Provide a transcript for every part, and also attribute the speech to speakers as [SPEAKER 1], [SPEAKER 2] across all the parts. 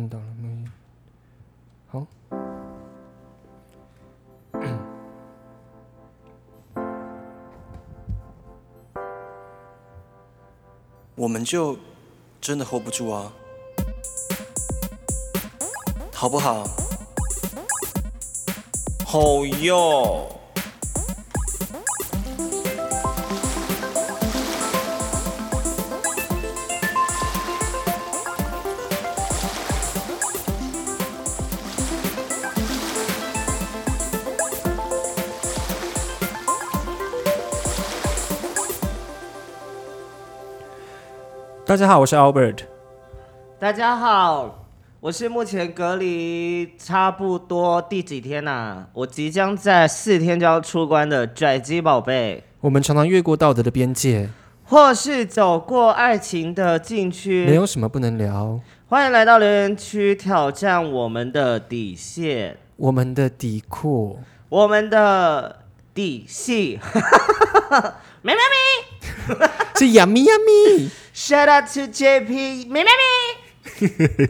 [SPEAKER 1] 看到了没？好，
[SPEAKER 2] 我们就真的 hold 不住啊，好不好？好哟。
[SPEAKER 1] 大家好，我是 Albert。
[SPEAKER 3] 大家好，我是目前隔离差不多第几天啊？我即将在4天就要出关的拽鸡宝贝，
[SPEAKER 1] 我们常常越过道德的边界，
[SPEAKER 3] 或是走过爱情的禁区，
[SPEAKER 1] 没有什么不能聊。
[SPEAKER 3] 欢迎来到留言区挑战我们的底线，
[SPEAKER 1] 我们的底裤，
[SPEAKER 3] 我们的底细。咪咪咪，
[SPEAKER 1] 是 yummy yummy。
[SPEAKER 3] Shout out to JP， 咪咪咪。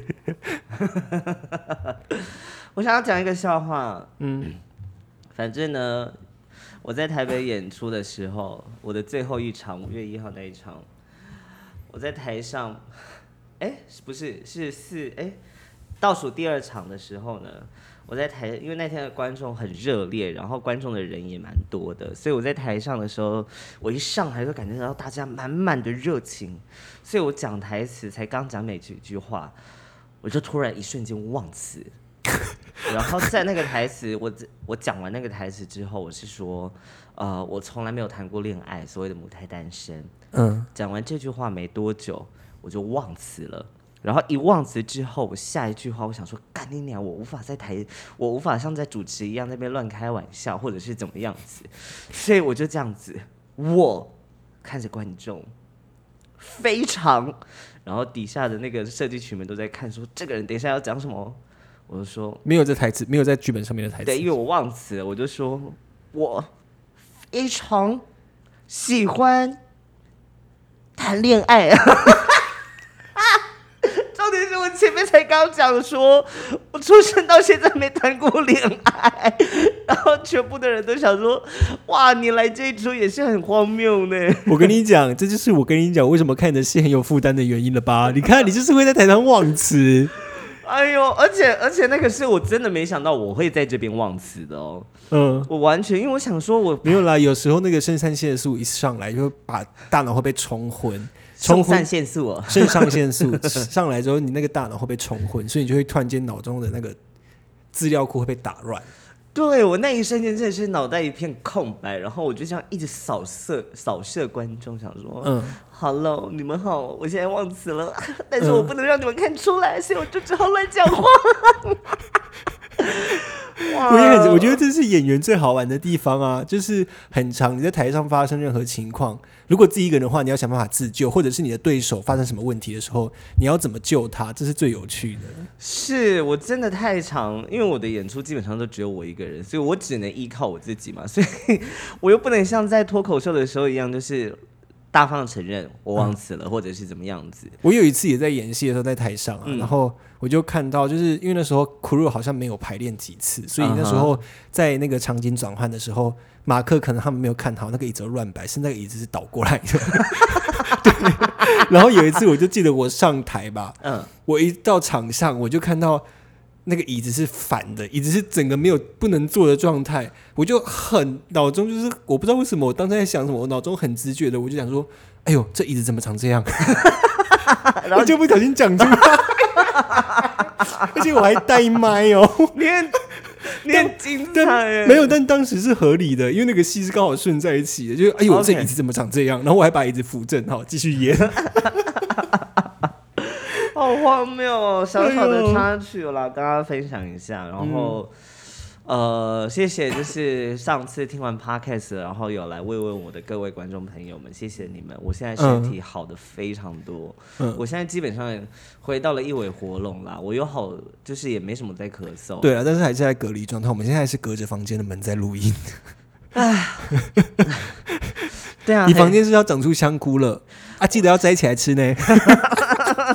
[SPEAKER 3] 我想要讲一个笑话。反正呢，我在台北演出的时候，我的最后一场5月1号那一场，我在台上，不是，倒数第2场的时候呢，我在台，因为那天的观众很热烈，然后观众的人也蛮多的，所以我在台上的时候，我一上台就感觉到大家满满的热情，所以我讲台词才刚讲没几句话，我就突然一瞬间忘词。然后在那个台词，我讲完那个台词之后，我是说，我从来没有谈过恋爱，所谓的母胎单身。讲完这句话没多久，我就忘词了。然后一忘词之后，我下一句话我想说，干你娘！我无法像在主持一样那边乱开玩笑，或者是怎么样子，所以我就这样子，我看着观众，非常，然后底下的那个设计群们都在看，说这个人等一下要讲什么，我就说
[SPEAKER 1] 没有在台词，没有在剧本上面的台词。
[SPEAKER 3] 对，因为我忘词了，我就说我非常喜欢谈恋爱啊。重点是我前面才刚讲说，我出生到现在没谈过恋爱，然后全部的人都想说，哇，你来这一出也是很荒谬呢。
[SPEAKER 1] 我跟你讲，这就是我跟你讲为什么看你的戏很有负担的原因了吧？你看，你就是会在台上忘词。
[SPEAKER 3] 哎呦，而且那个是我真的没想到我会在这边忘词的哦。我完全因为我想说我
[SPEAKER 1] 没有啦，有时候那个肾上腺素一上来，就把大脑会被冲昏。
[SPEAKER 3] 肾上腺素哦，
[SPEAKER 1] 肾上腺素上来之后，你那个大脑会被冲昏，所以你就会突然间脑中的那个资料库会被打乱。
[SPEAKER 3] 对，我那一瞬间真的是脑袋一片空白，然后我就这样一直扫射观众，想说，Hello， 你们好，我现在忘词了，但是我不能让你们看出来，所以我就只好乱讲话。
[SPEAKER 1] 我觉得这是演员最好玩的地方啊，就是很常你在台上发生任何情况，如果自己一个人的话，你要想办法自救，或者是你的对手发生什么问题的时候，你要怎么救他，这是最有趣的。
[SPEAKER 3] 是我真的太常，因为我的演出基本上都只有我一个人，所以我只能依靠我自己嘛，所以我又不能像在脱口秀的时候一样，就是大方承认我忘词了，或者是怎么样子。
[SPEAKER 1] 我有一次也在演戏的时候在台上啊，然后我就看到，就是因为那时候 crew 好像没有排练几次，所以那时候在那个场景转换的时候，马克可能他们没有看好那个椅子乱摆，是那个椅子是倒过来的。对，然后有一次我就记得我上台吧，我一到场上我就看到那个椅子是反的，椅子是整个不能坐的状态，我就很脑中就是我不知道为什么我当时在想什么，我脑中很直觉的我就想说，哎呦，这椅子怎么长这样？我就不小心讲出来，而且我还带麦哦。
[SPEAKER 3] 你很精彩耶！
[SPEAKER 1] 没有，但当时是合理的，因为那个戏是刚好顺在一起的，就是哎呦，这椅子怎么长这样？然后我还把椅子扶正，好继续演。
[SPEAKER 3] 好荒谬哦！小小的插曲啦，跟大家分享一下。然后，谢谢，就是上次听完 podcast， 然后有来慰问我的各位观众朋友们，谢谢你们。我现在身体好的非常多，我现在基本上回到了一尾活龙啦。我有好，就是也没什么在咳嗽。
[SPEAKER 1] 对啊，但是还是在隔离状态。我们现在还是隔着房间的门在录音。对啊，你房间是要长出香菇了啊！记得要摘起来吃呢。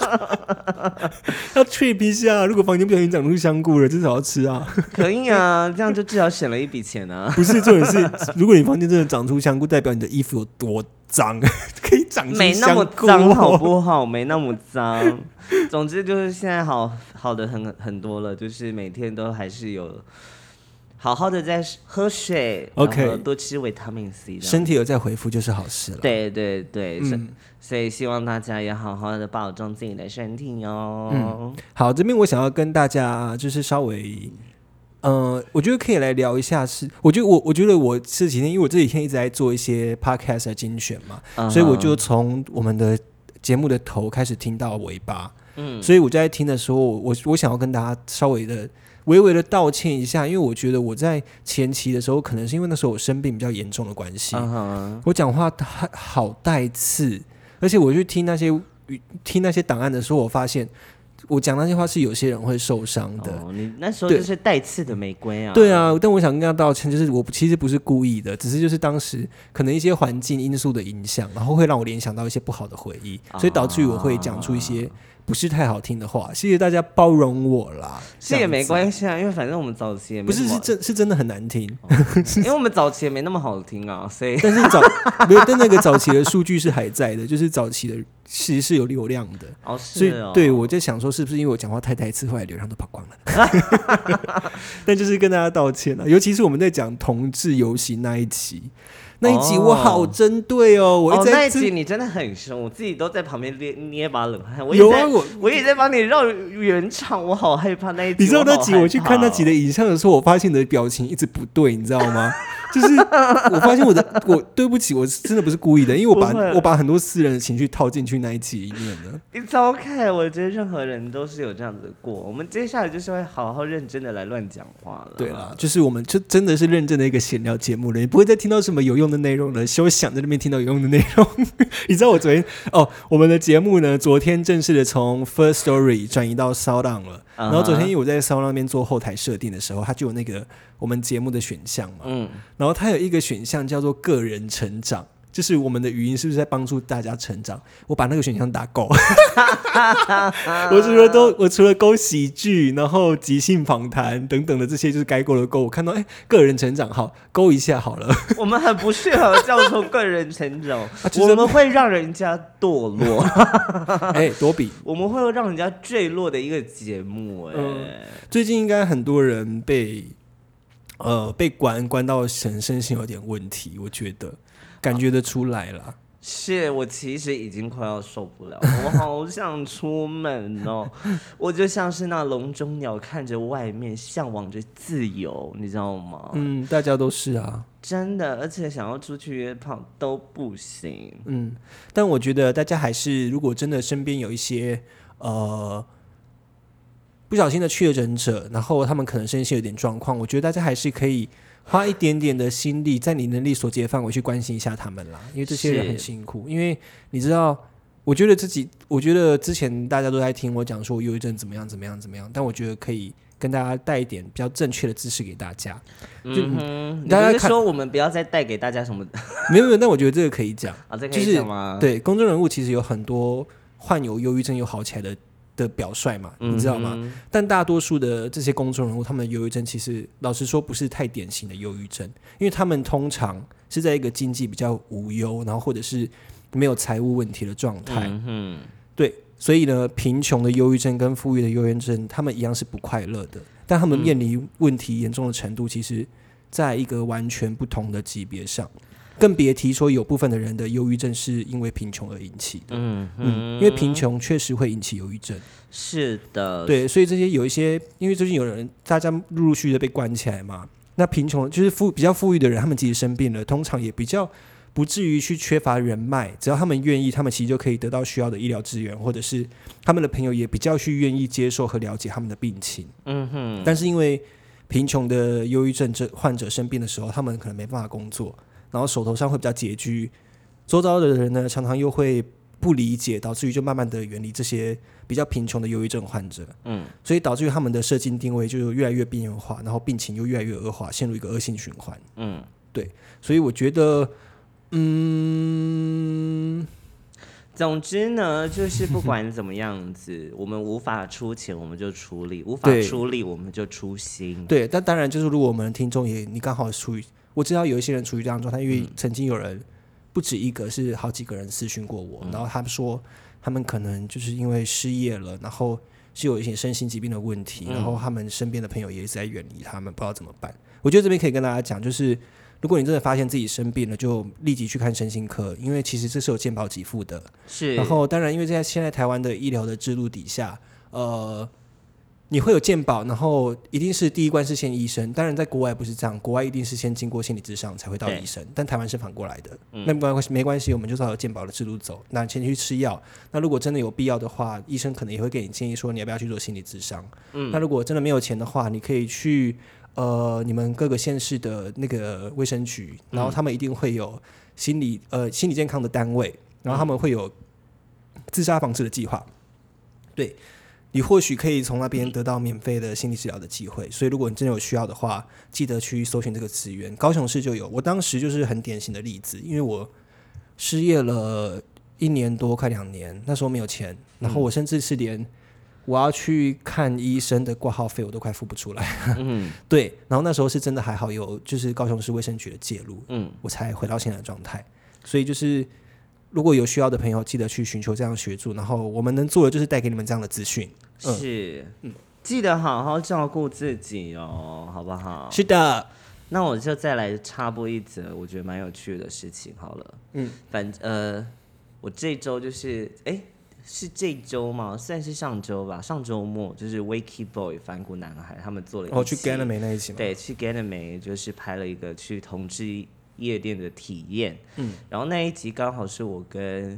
[SPEAKER 1] 要 trip 一下。如果房间不小心长出香菇了，至少要吃啊。
[SPEAKER 3] 可以啊，这样就至少省了一笔钱啊。
[SPEAKER 1] 不是，重点是，如果你房间真的长出香菇，代表你的衣服有多脏，可以长出
[SPEAKER 3] 没那么
[SPEAKER 1] 香菇
[SPEAKER 3] 脏好不好？没那么脏。总之就是现在好的很多了，就是每天都还是有好好的在喝水
[SPEAKER 1] ，OK，
[SPEAKER 3] 然后多吃维他命 C，
[SPEAKER 1] 身体有在恢复就是好事了。
[SPEAKER 3] 对对对，所以希望大家也好好的保重自己的身体哦。
[SPEAKER 1] 好，这边我想要跟大家就是稍微。我觉得可以来聊一下我觉得我这几天，因为我这几天一直在做一些 podcast 的精选嘛，所以我就从我们的节目的头开始听到尾巴，所以我就在听的时候，我想要跟大家稍微的微微的道歉一下，因为我觉得我在前期的时候，可能是因为那时候我生病比较严重的关系，我讲话好带刺，而且我去听那些档案的时候，我发现。我讲那些话是有些人会受伤的。
[SPEAKER 3] 你那时候就是带刺的玫瑰啊。
[SPEAKER 1] 对啊，但我想跟他道歉，就是我其实不是故意的，只是就是当时可能一些环境因素的影响，然后会让我联想到一些不好的回忆，所以导致于我会讲出一些不是太好听的话。谢谢大家包容我啦，
[SPEAKER 3] 这也没关系啊，因为反正我们早期也没
[SPEAKER 1] 是真的很难听，
[SPEAKER 3] 因为我们早期也没那么好听啊，所以
[SPEAKER 1] 但那个早期的数据是还在的，就是早期的。其实是有流量的，所以对我在想说，是不是因为我讲话太带刺，后来流量都跑光了？但就是跟大家道歉了，尤其是我们在讲同志游行那一集，我好针对哦。
[SPEAKER 3] 那一集你真的很凶，我自己都在旁边捏把冷汗。我也在帮你绕圆场，我好害怕那一集。
[SPEAKER 1] 你知道那集我去看那集的影像的时候，我发现你的表情一直不对，你知道吗？就是我发现我对不起，我真的不是故意的，因为我把很多私人的情绪套进去那一集里面了。
[SPEAKER 3] It's OK， 我觉得任何人都是有这样子过。我们接下来就是会好好认真的来乱讲话了。
[SPEAKER 1] 对啦，就是我们就真的是认真的一个闲聊节目了，你不会再听到什么有用的内容了，休想在那边听到有用的内容。你知道我昨天我们的节目呢，昨天正式的从 First Story 转移到 SoundOn 了。然后昨天因为我在 SoundOn 那边做后台设定的时候，它就有那个我们节目的选项嘛，然后它有一个选项叫做个人成长，就是我们的语音是不是在帮助大家成长？我把那个选项打勾。我除了勾喜剧，然后即兴访谈等等的这些，就是该勾的勾。我看到个人成长好勾一下好了。
[SPEAKER 3] 我们很不适合叫做个人成长，我们会让人家堕落。
[SPEAKER 1] 多比
[SPEAKER 3] 我们会让人家坠落的一个节目。
[SPEAKER 1] 最近应该很多人被关到身心有点问题，我觉得感觉得出来了。
[SPEAKER 3] 是我其实已经快要受不了，我好想出门哦！我就像是那笼中鸟，看着外面，向往着自由，你知道吗？
[SPEAKER 1] 大家都是啊，
[SPEAKER 3] 真的，而且想要出去约炮都不行。
[SPEAKER 1] 但我觉得大家还是，如果真的身边有一些不小心的确诊者，然后他们可能身心有点状况，我觉得大家还是可以花一点点的心力，在你能力所及的范围去关心一下他们啦，因为这些人很辛苦。因为你知道，我觉得之前大家都在听我讲说忧郁症怎么样怎么样怎么样，但我觉得可以跟大家带一点比较正确的知识给大家。
[SPEAKER 3] 大家说我们不要再带给大家什么？
[SPEAKER 1] 没有，但我觉得这个可以讲
[SPEAKER 3] 这可以讲吗？
[SPEAKER 1] 就是对，公众人物其实有很多患有忧郁症又好起来的表率嘛，你知道吗？但大多数的这些公众人物，他们的忧郁症其实老实说不是太典型的忧郁症，因为他们通常是在一个经济比较无忧，然后或者是没有财务问题的状态。对，所以呢，贫穷的忧郁症跟富裕的忧郁症，他们一样是不快乐的，但他们面临问题严重的程度，其实在一个完全不同的级别上。更别提说有部分的人的忧郁症是因为贫穷而引起的，因为贫穷确实会引起忧郁症。
[SPEAKER 3] 是的，
[SPEAKER 1] 对，所以这些有一些，因为最近有人大家陆陆续续的被关起来嘛，那贫穷就是比较富裕的人，他们即使生病了，通常也比较不至于去缺乏人脉，只要他们愿意，他们其实就可以得到需要的医疗资源，或者是他们的朋友也比较去愿意接受和了解他们的病情。但是因为贫穷的忧郁症患者生病的时候，他们可能没办法工作。然后手头上会比较拮据，周遭的人呢常常又会不理解，导致于就慢慢的远离这些比较贫穷的忧郁症患者。所以导致于他们的社经定位就越来越边缘化，然后病情又越来越恶化，陷入一个恶性循环。对，所以我觉得，
[SPEAKER 3] 总之呢，就是不管怎么样子，我们无法出钱，我们就出力；无法出力，我们就出心。
[SPEAKER 1] 对，但当然就是如果我们的听众你刚好处于，我知道有一些人处于这样的状态，因为曾经有人不止一个，是好几个人私讯过我，然后他们说他们可能就是因为失业了，然后是有一些身心疾病的问题，然后他们身边的朋友也一直在远离他们，不知道怎么办。我觉得这边可以跟大家讲，就是如果你真的发现自己生病了，就立即去看身心科，因为其实这是有健保给付的。
[SPEAKER 3] 是，
[SPEAKER 1] 然后当然，因为现在台湾的医疗的制度底下，你会有健保，然后一定是第一关是先医生。当然，在国外不是这样，国外一定是先经过心理咨商才会到医生，但台湾是反过来的。那没关系，我们就照着健保的制度走。那先去吃药。那如果真的有必要的话，医生可能也会给你建议说，你要不要去做心理咨商。那如果真的没有钱的话，你可以去你们各个县市的那个卫生局，然后他们一定会有心理健康的单位，然后他们会有自杀防治的计划。对。你或许可以从那边得到免费的心理治疗的机会，所以如果你真的有需要的话，记得去搜寻这个资源。高雄市就有，我当时就是很典型的例子，因为我失业了1年多，快2年，那时候没有钱，然后我甚至是连我要去看医生的挂号费我都快付不出来。对，然后那时候是真的还好有就是高雄市卫生局的介入，我才回到现在的状态。所以就是如果有需要的朋友，记得去寻求这样的协助。然后我们能做的就是带给你们这样的资讯。
[SPEAKER 3] 是，记得好好照顾自己哦，好不好？
[SPEAKER 1] 是的。
[SPEAKER 3] 那我就再来插播一则我觉得蛮有趣的事情好了。我这周就是是这周吗？算是上周吧，上周末就是 Wakey Boy 反骨男孩他们做了一期
[SPEAKER 1] 去 Ganame 那一期吗？
[SPEAKER 3] 对，去 Ganame 就是拍了一个去同志夜店的体验。然后那一集刚好是我跟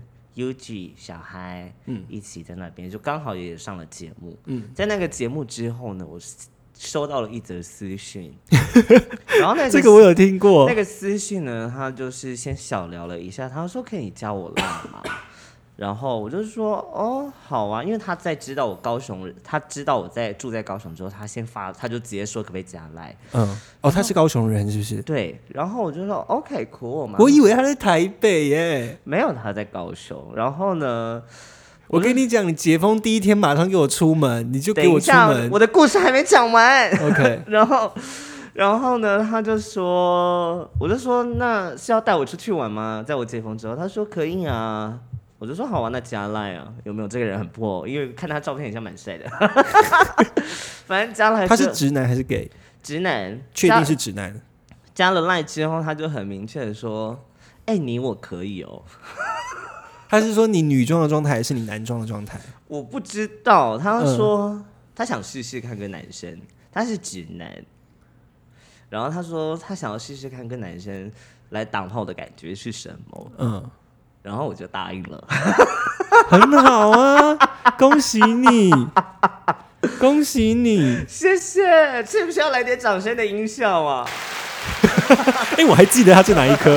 [SPEAKER 3] UG 小孩一起在那边，就刚好也上了节目。在那个节目之后呢，我收到了一则私讯，然后
[SPEAKER 1] 这个我有听过。
[SPEAKER 3] 那个私讯呢，他就是先小聊了一下，他说可以加我 LINE 吗？然后我就说哦好啊，因为他在知道我高雄人，他知道我住在高雄之后，他就直接说可不可以加 LINE。
[SPEAKER 1] 他是高雄人是不是？
[SPEAKER 3] 对，然后我就说 OK cool 嘛。
[SPEAKER 1] 我以为他在台北耶。
[SPEAKER 3] 没有，他在高雄。然后呢，
[SPEAKER 1] 我跟你讲，你解封第一天马上给我出门，你就给我出门。
[SPEAKER 3] 我的故事还没讲完。
[SPEAKER 1] OK
[SPEAKER 3] 然后呢，他就说，我就说那是要带我出去玩吗？在我解封之后，他说可以啊。我就说好啊，那加 LINE 啊，有没有这个人很破？因为看他照片很像蛮帅的。反正加了，
[SPEAKER 1] 他是直男还是 gay？
[SPEAKER 3] 直男，
[SPEAKER 1] 确定是直男。
[SPEAKER 3] 加了 LINE 之后，他就很明确的说：“你我可以哦。”
[SPEAKER 1] 他是说你女装的状态还是你男装的状态？
[SPEAKER 3] 我不知道。他说他想试试看跟男生，他是直男。然后他说他想要试试看跟男生来打炮的感觉是什么。然后我就答应了。
[SPEAKER 1] 很好啊，恭喜你，恭喜你，
[SPEAKER 3] 谢谢。是不是要来点掌声的音效啊？
[SPEAKER 1] 我还记得他是哪一科。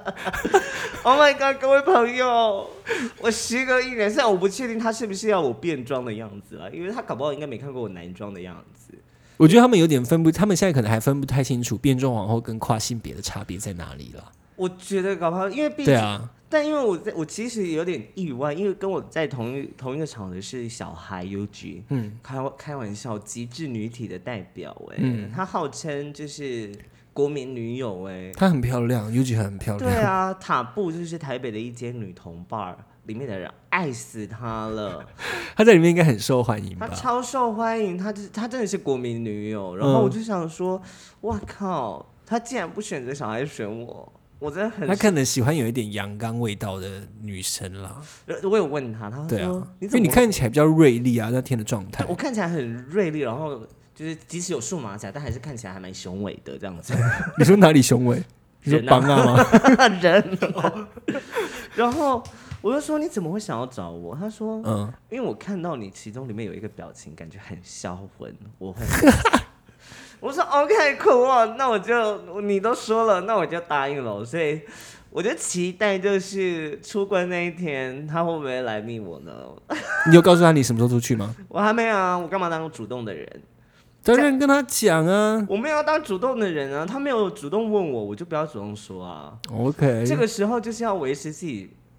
[SPEAKER 3] Oh my god， 各位朋友，我时隔1年，虽然我不确定他是不是要我变装的样子啦，因为他搞不好应该没看过我男装的样子。
[SPEAKER 1] 我觉得他们有点他们现在可能还分不太清楚变装皇后跟跨性别的差别在哪里了。
[SPEAKER 3] 我觉得搞不好，因为毕竟，对啊。但因为我其实有点意外，因为跟我在同一个场的是小孩 UG， 开玩笑，极致女体的代表她号称就是国民女友她
[SPEAKER 1] 很漂亮 ，UG 很漂亮。
[SPEAKER 3] 对啊，塔布就是台北的一间女同 bar， 里面的人爱死她了。
[SPEAKER 1] 她在里面应该很受欢迎吧？
[SPEAKER 3] 她超受欢迎，她真的是国民女友。然后我就想说，哇靠，她竟然不选择小孩选我。我真的他
[SPEAKER 1] 可能喜欢有一点阳刚味道的女生啦。
[SPEAKER 3] 我有问他说：“对啊，
[SPEAKER 1] 因为你看起来比较锐利啊，那天的状态。
[SPEAKER 3] 我看起来很锐利，然后就是即使有数码甲，但还是看起来还蛮雄伟的这样子。
[SPEAKER 1] 你说哪里雄伟？你说帮啊吗？
[SPEAKER 3] 人。然后我就说你怎么会想要找我？他说：因为我看到你其中里面有一个表情，感觉很销魂，我会。我说 OK cool， 那你都说了，那我就答应了。所以我就期待就是出关那一天，他会不会来密我呢？
[SPEAKER 1] 你有告诉他你什么时候出去吗？
[SPEAKER 3] 我还没啊，我干嘛当主动的人？
[SPEAKER 1] 当然跟他讲啊，
[SPEAKER 3] 我没有要当主动的人啊，他没有主动问我，我就不要主动说啊。
[SPEAKER 1] OK，
[SPEAKER 3] 这个时候就是要维持自己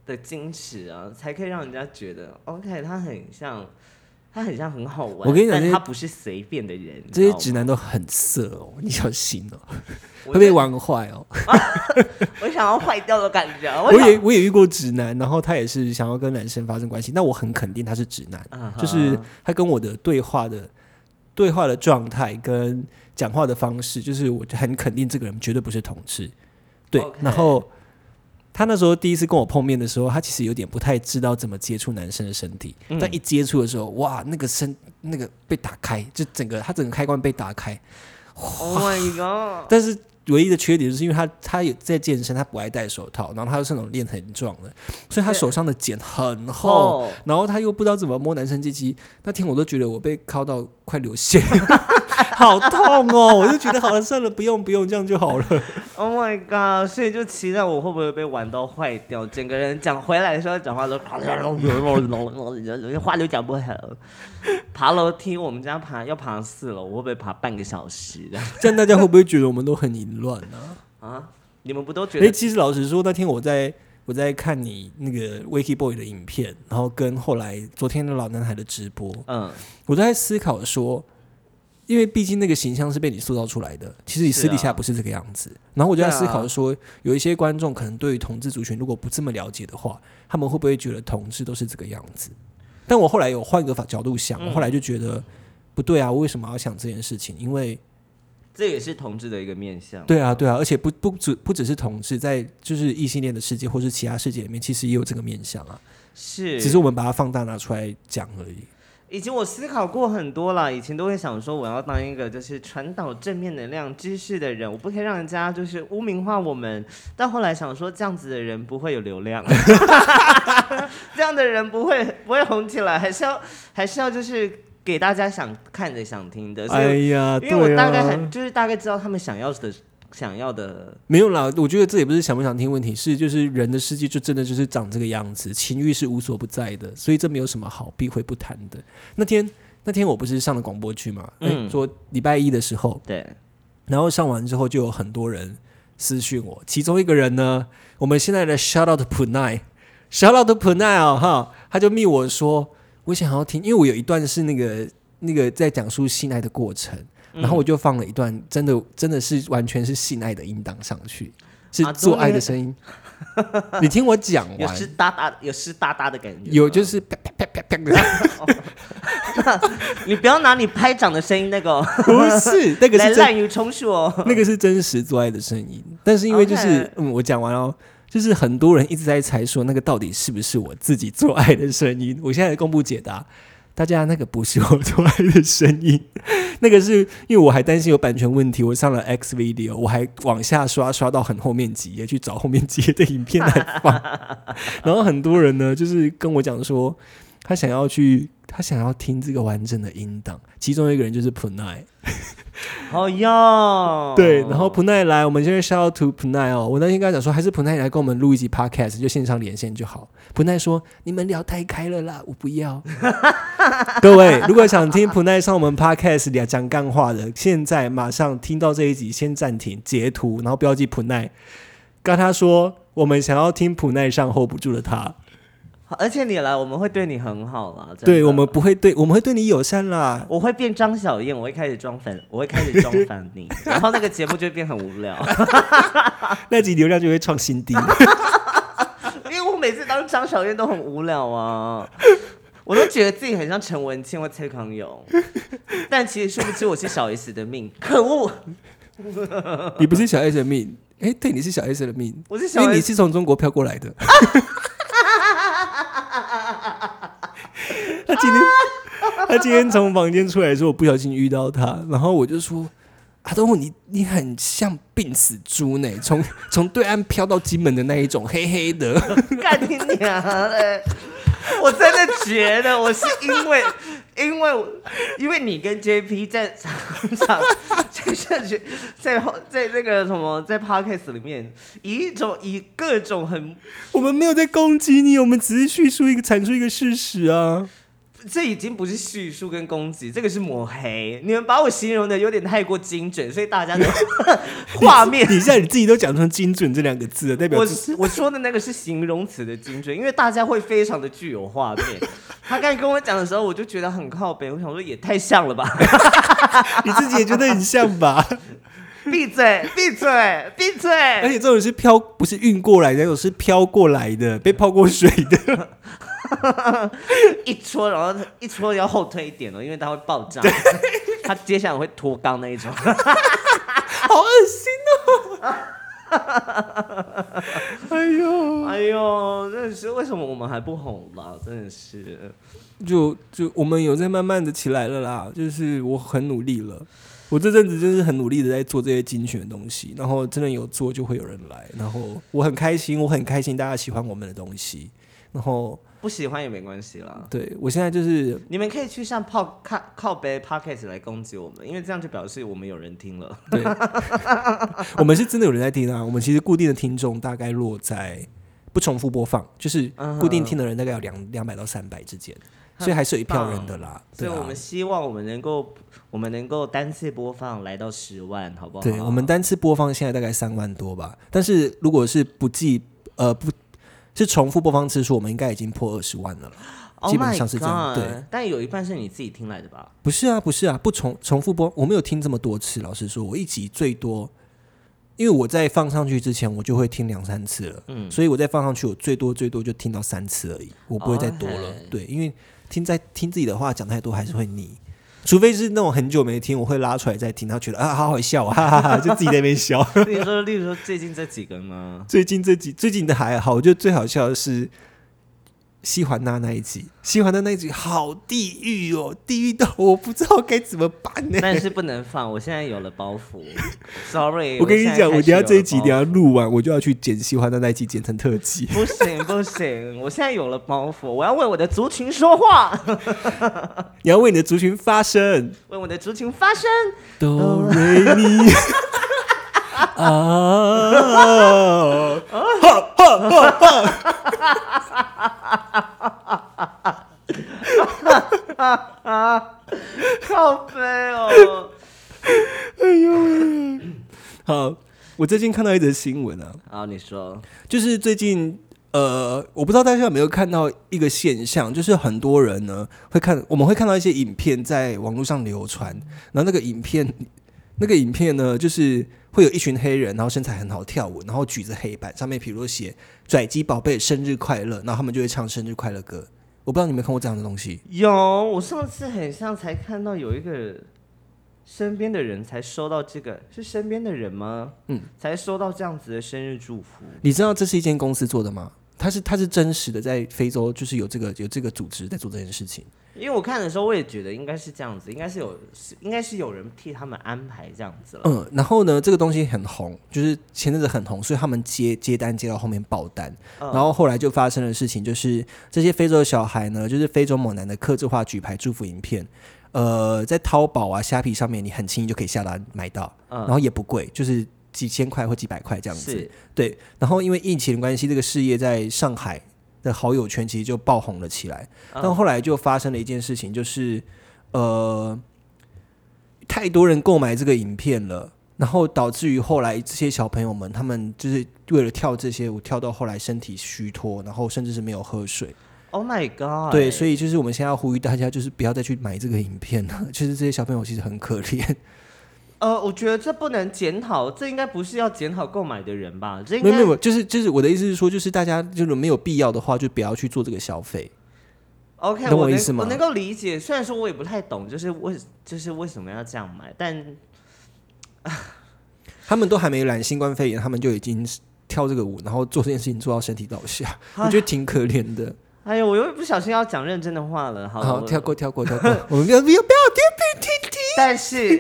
[SPEAKER 3] 的矜持啊，才可以让人家觉得 OK， 他很像很好玩。
[SPEAKER 1] 我跟你讲，
[SPEAKER 3] 但他不是随便的人。
[SPEAKER 1] 这些直男都很色哦，你小心哦，会被玩坏哦。
[SPEAKER 3] 我想要坏掉的感觉。
[SPEAKER 1] 我也遇过直男，然后他也是想要跟男生发生关系，那我很肯定他是直男，就是他跟我的对话的状态跟讲话的方式，就是我很肯定这个人绝对不是同志。对，
[SPEAKER 3] okay.
[SPEAKER 1] 然后他那时候第一次跟我碰面的时候，他其实有点不太知道怎么接触男生的身体，但一接触的时候，哇，那个被打开，就他整个开关被打开。
[SPEAKER 3] Oh my god！
[SPEAKER 1] 但是唯一的缺点就是因为他有在健身，他不爱戴手套，然后他又是那种练很壮的，所以他手上的茧很厚，然后他又不知道怎么摸男生鸡鸡。那天我都觉得我被敲到快流血，好痛哦！我就觉得好了，算了，不用这样就好了。
[SPEAKER 3] Oh my god！ 所以就期待我会不会被玩到坏掉，整个人讲回来的时候讲话都话都讲不好。爬楼梯，我们家要爬4楼，我会不会爬半个小时的？
[SPEAKER 1] 这样大家会不会觉得我们都很淫乱呢？
[SPEAKER 3] 啊，你们不都觉得？
[SPEAKER 1] 其实老实说，那天我在看你那个 Wiki Boy 的影片，然后跟后来昨天的老男孩的直播，我都在思考说，因为毕竟那个形象是被你塑造出来的，其实你私底下不是这个样子。然后我就在思考说，有一些观众可能对于同志族群如果不这么了解的话，他们会不会觉得同志都是这个样子？但我后来有换一个角度想，我后来就觉得不对啊，我为什么要想这件事情？因为
[SPEAKER 3] 这也是同志的一个面向。
[SPEAKER 1] 对啊，而且不只是同志，在就是异性恋的世界或是其他世界里面，其实也有这个面向啊。
[SPEAKER 3] 是，
[SPEAKER 1] 只是我们把它放大拿出来讲而已。
[SPEAKER 3] 以前我思考过很多啦，以前都会想说我要当一个就是传导正面能量知识的人，我不可以让人家就是污名化我们。但后来想说这样子的人不会有流量，这样的人不会红起来，还是要就是给大家想看的想听的。所以
[SPEAKER 1] 哎呀，
[SPEAKER 3] 因为我大概就是大概知道他们想要的
[SPEAKER 1] 没有啦，我觉得这也不是想不想听问题，是就是人的世界就真的就是长这个样子，情欲是无所不在的，所以这没有什么好避讳不谈的。那天我不是上了广播剧嘛，说礼拜一的时候，
[SPEAKER 3] 对，
[SPEAKER 1] 然后上完之后就有很多人私讯我，其中一个人呢，我们现在的 shout out Punai 哦哈，他就密我说我想要听，因为我有一段是那个在讲述性爱的过程。然后我就放了一段真的是完全是性爱的音档上去，是做爱的声音。你听我讲完，
[SPEAKER 3] 有湿哒哒的感觉，
[SPEAKER 1] 有就是啪啪啪啪
[SPEAKER 3] 的。你不要拿你拍掌的声音那个，
[SPEAKER 1] 不是那个是
[SPEAKER 3] 来滥竽充数哦，
[SPEAKER 1] 那个是真实做爱的声音。但是因为就是我讲完哦，就是很多人一直在猜说那个到底是不是我自己做爱的声音。我现在公布解答。大家那个不是我做爱的声音，那个是因为我还担心有版权问题，我上了 X Video， 我还往下刷到很后面几页去找后面几页的影片来放。然后很多人呢就是跟我讲说他想要听这个完整的音档，其中一个人就是 Punai。
[SPEAKER 3] 好哟，
[SPEAKER 1] 对，然后 Punai 来，我们现在 shout out to Punai 哦。我那天跟他讲说，还是 Punai 来跟我们录一集 podcast， 就线上连线就好。Punai 说：“你们聊太开了啦，我不要。”各位，如果想听 Punai 上我们 podcast 讲干话的，现在马上听到这一集，先暂停，截图，然后标记 Punai， 跟他说我们想要听 Punai 上 hold 不住的他。
[SPEAKER 3] 而且你来，我们会对你很好啦。
[SPEAKER 1] 对，我们会对你友善啦。
[SPEAKER 3] 我会变张小燕，我会开始装烦你，然后那个节目就会变很无聊，
[SPEAKER 1] 那集流量就会创新低。
[SPEAKER 3] 因为我每次当张小燕都很无聊啊，我都觉得自己很像陈文茜或蔡康永，但其实殊不知我是小 S 的命，可恶！
[SPEAKER 1] 你不是小 S 的命，对，你是小 S 的命，
[SPEAKER 3] 我是小 S，
[SPEAKER 1] 因为你是从中国飘过来的。他今天从房间出来的时候，我不小心遇到他，然后我就说：“阿东，你很像病死猪呢，从对岸飘到金门的那一种黑黑的。”
[SPEAKER 3] 干你娘嘞！我真的觉得我是因为你跟 JP 在场在那个什么在 podcast 里面以各种很，
[SPEAKER 1] 我们没有在攻击你，我们只是阐述一个事实啊。
[SPEAKER 3] 这已经不是叙述跟攻击，这个是抹黑。你们把我形容的有点太过精准，所以大家的画面，
[SPEAKER 1] 你现在你自己都讲成精准这2个字了，代表
[SPEAKER 3] 我说的那个是形容词的精准，因为大家会非常的具有画面。他刚才跟我讲的时候，我就觉得很靠北，我想说也太像了吧。
[SPEAKER 1] 你自己也觉得很像吧？
[SPEAKER 3] 闭嘴！闭嘴！闭嘴！
[SPEAKER 1] 而且这种是不是运过来的，那种是飘过来的，被泡过水的。
[SPEAKER 3] 一戳，然后一戳要后退一点哦，因为它会爆炸。它接下来会脱肛那一种。
[SPEAKER 1] 好恶心哦！哎呦
[SPEAKER 3] 哎呦，真的是为什么我们还不红啦？真的是，
[SPEAKER 1] 就我们有在慢慢的起来了啦，就是我很努力了。我这阵子真是很努力的在做这些精选的东西，然后真的有做就会有人来，然后我很开心大家喜欢我们的东西，然后
[SPEAKER 3] 不喜欢也没关系啦。
[SPEAKER 1] 对我现在就是
[SPEAKER 3] 你们可以去上靠北 podcast 来攻击我们，因为这样就表示我们有人听了。
[SPEAKER 1] 对，我们是真的有人在听啊，我们其实固定的听众大概落在不重复播放，就是固定听的人大概有200到300之间。所以还是有一票人的啦，
[SPEAKER 3] 所以我们希望我们能够单次播放来到10万，好不好？
[SPEAKER 1] 对，我们单次播放现在大概3万多吧，但是如果是不是重复播放次数，我们应该已经破20万了。基本上是这样，对。
[SPEAKER 3] 但有一半是你自己听来的吧？
[SPEAKER 1] 不是啊，不重复播，我没有听这么多次。老实说，我一集最多，因为我在放上去之前，我就会听2-3次了，所以我在放上去，我最多就听到3次而已，我不会再多了。对，因为听自己的话讲太多还是会腻，除非是那种很久没听，我会拉出来再听，他觉得啊好好笑啊，哈哈哈，就自己在那边笑。
[SPEAKER 3] 例如说最近这几个吗？
[SPEAKER 1] 最近的还好，我觉得最好笑的是西环娜那一集，好地狱哦，地狱到我不知道该怎么办呢。
[SPEAKER 3] 但是不能放，我现在有了包袱。Sorry，
[SPEAKER 1] 我跟你讲，我等一下这一集等一下录完，我就要去剪西环娜那一集，剪成特辑。
[SPEAKER 3] 不行，我现在有了包袱，我要为我的族群说话。
[SPEAKER 1] 你要为你的族群发声，
[SPEAKER 3] 为我的族群发声。
[SPEAKER 1] 哆瑞咪啊！
[SPEAKER 3] 靠背哦！
[SPEAKER 1] 哎呦，好，我最近看到一则新闻啊，
[SPEAKER 3] 好，你说，
[SPEAKER 1] 就是最近我不知道大家有没有看到一个现象，就是很多人呢我们会看到一些影片在网络上流传，然后那个影片呢，就是会有一群黑人，然后身材很好跳舞，然后举着黑板，上面比如说写拽鸡宝贝生日快乐，然后他们就会唱生日快乐歌。我不知道你有没有看过这样的东西？
[SPEAKER 3] 有，我上次很像才看到有一个身边的人才收到这个，是身边的人吗？才收到这样子的生日祝福。
[SPEAKER 1] 你知道这是一间公司做的吗？它是真实的，在非洲就是有这个组织在做这件事情。
[SPEAKER 3] 因为我看的时候，我也觉得应该是这样子，应该是有人替他们安排这样子了。
[SPEAKER 1] 然后呢，这个东西很红，就是前阵子很红，所以他们接单接到后面爆单，然后后来就发生的事情就是这些非洲的小孩呢，就是非洲猛男的客制化举牌祝福影片，在淘宝啊、虾皮上面，你很轻易就可以下单买到，然后也不贵，就是几千块或几百块这样子。对，然后因为疫情的关系，这个事业在上海的好友圈其实就爆红了起来，但后来就发生了一件事情，就是太多人购买这个影片了，然后导致于后来这些小朋友们，他们就是为了跳这些舞，跳到后来身体虚脱，然后甚至是没有喝水。
[SPEAKER 3] Oh my god！
[SPEAKER 1] 对，所以就是我们现在要呼吁大家，就是不要再去买这个影片了。就是这些小朋友其实很可怜。
[SPEAKER 3] 我觉得这不能检讨，这应该不是要检讨购买的人吧？这应该
[SPEAKER 1] 没有，就是我的意思是说，就是大家就是没有必要的话，就不要去做这个消费。
[SPEAKER 3] OK，
[SPEAKER 1] 懂我意思吗？
[SPEAKER 3] 我能够理解，虽然说我也不太懂，就是为什么要这样买，但
[SPEAKER 1] 他们都还没染新冠肺炎，他们就已经跳这个舞，然后做这件事情做到身体倒下，我觉得挺可怜的。
[SPEAKER 3] 哎呦，我又不小心要讲认真的话了，
[SPEAKER 1] 好，跳过，我们不要听。
[SPEAKER 3] 但是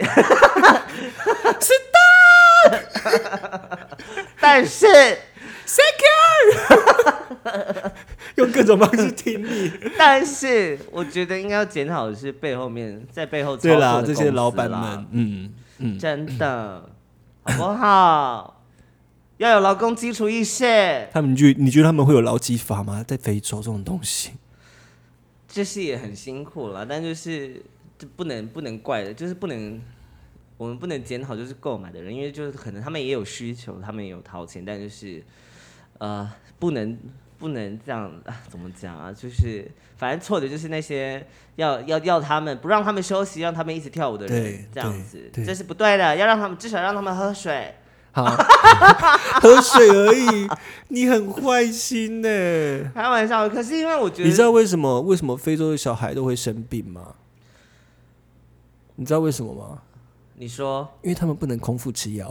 [SPEAKER 3] 但是
[SPEAKER 1] secure 用各种方式听你。
[SPEAKER 3] 但是我觉得应该要检讨的是在背后操作的公司啦，
[SPEAKER 1] 对啦，这些老板们，
[SPEAKER 3] 真的好不好？要有劳工基础意识。
[SPEAKER 1] 你觉得他们会有劳基法吗？在非洲这种东西，
[SPEAKER 3] 这事也很辛苦了，但就是不能怪的，就是我们不能检讨就是购买的人，因为就是可能他们也有需求，他们也有掏钱，但就是不能这样怎么讲啊？就是反正错的就是那些要他们不让他们休息，让他们一直跳舞的人，这样子这是不对的，要让他们至少让他们喝水。
[SPEAKER 1] 好，喝水而已，你很坏心呢。
[SPEAKER 3] 开玩笑，可是因为我觉得，
[SPEAKER 1] 你知道为什么非洲的小孩都会生病吗？你知道为什么吗？
[SPEAKER 3] 你说，
[SPEAKER 1] 因为他们不能空腹吃药。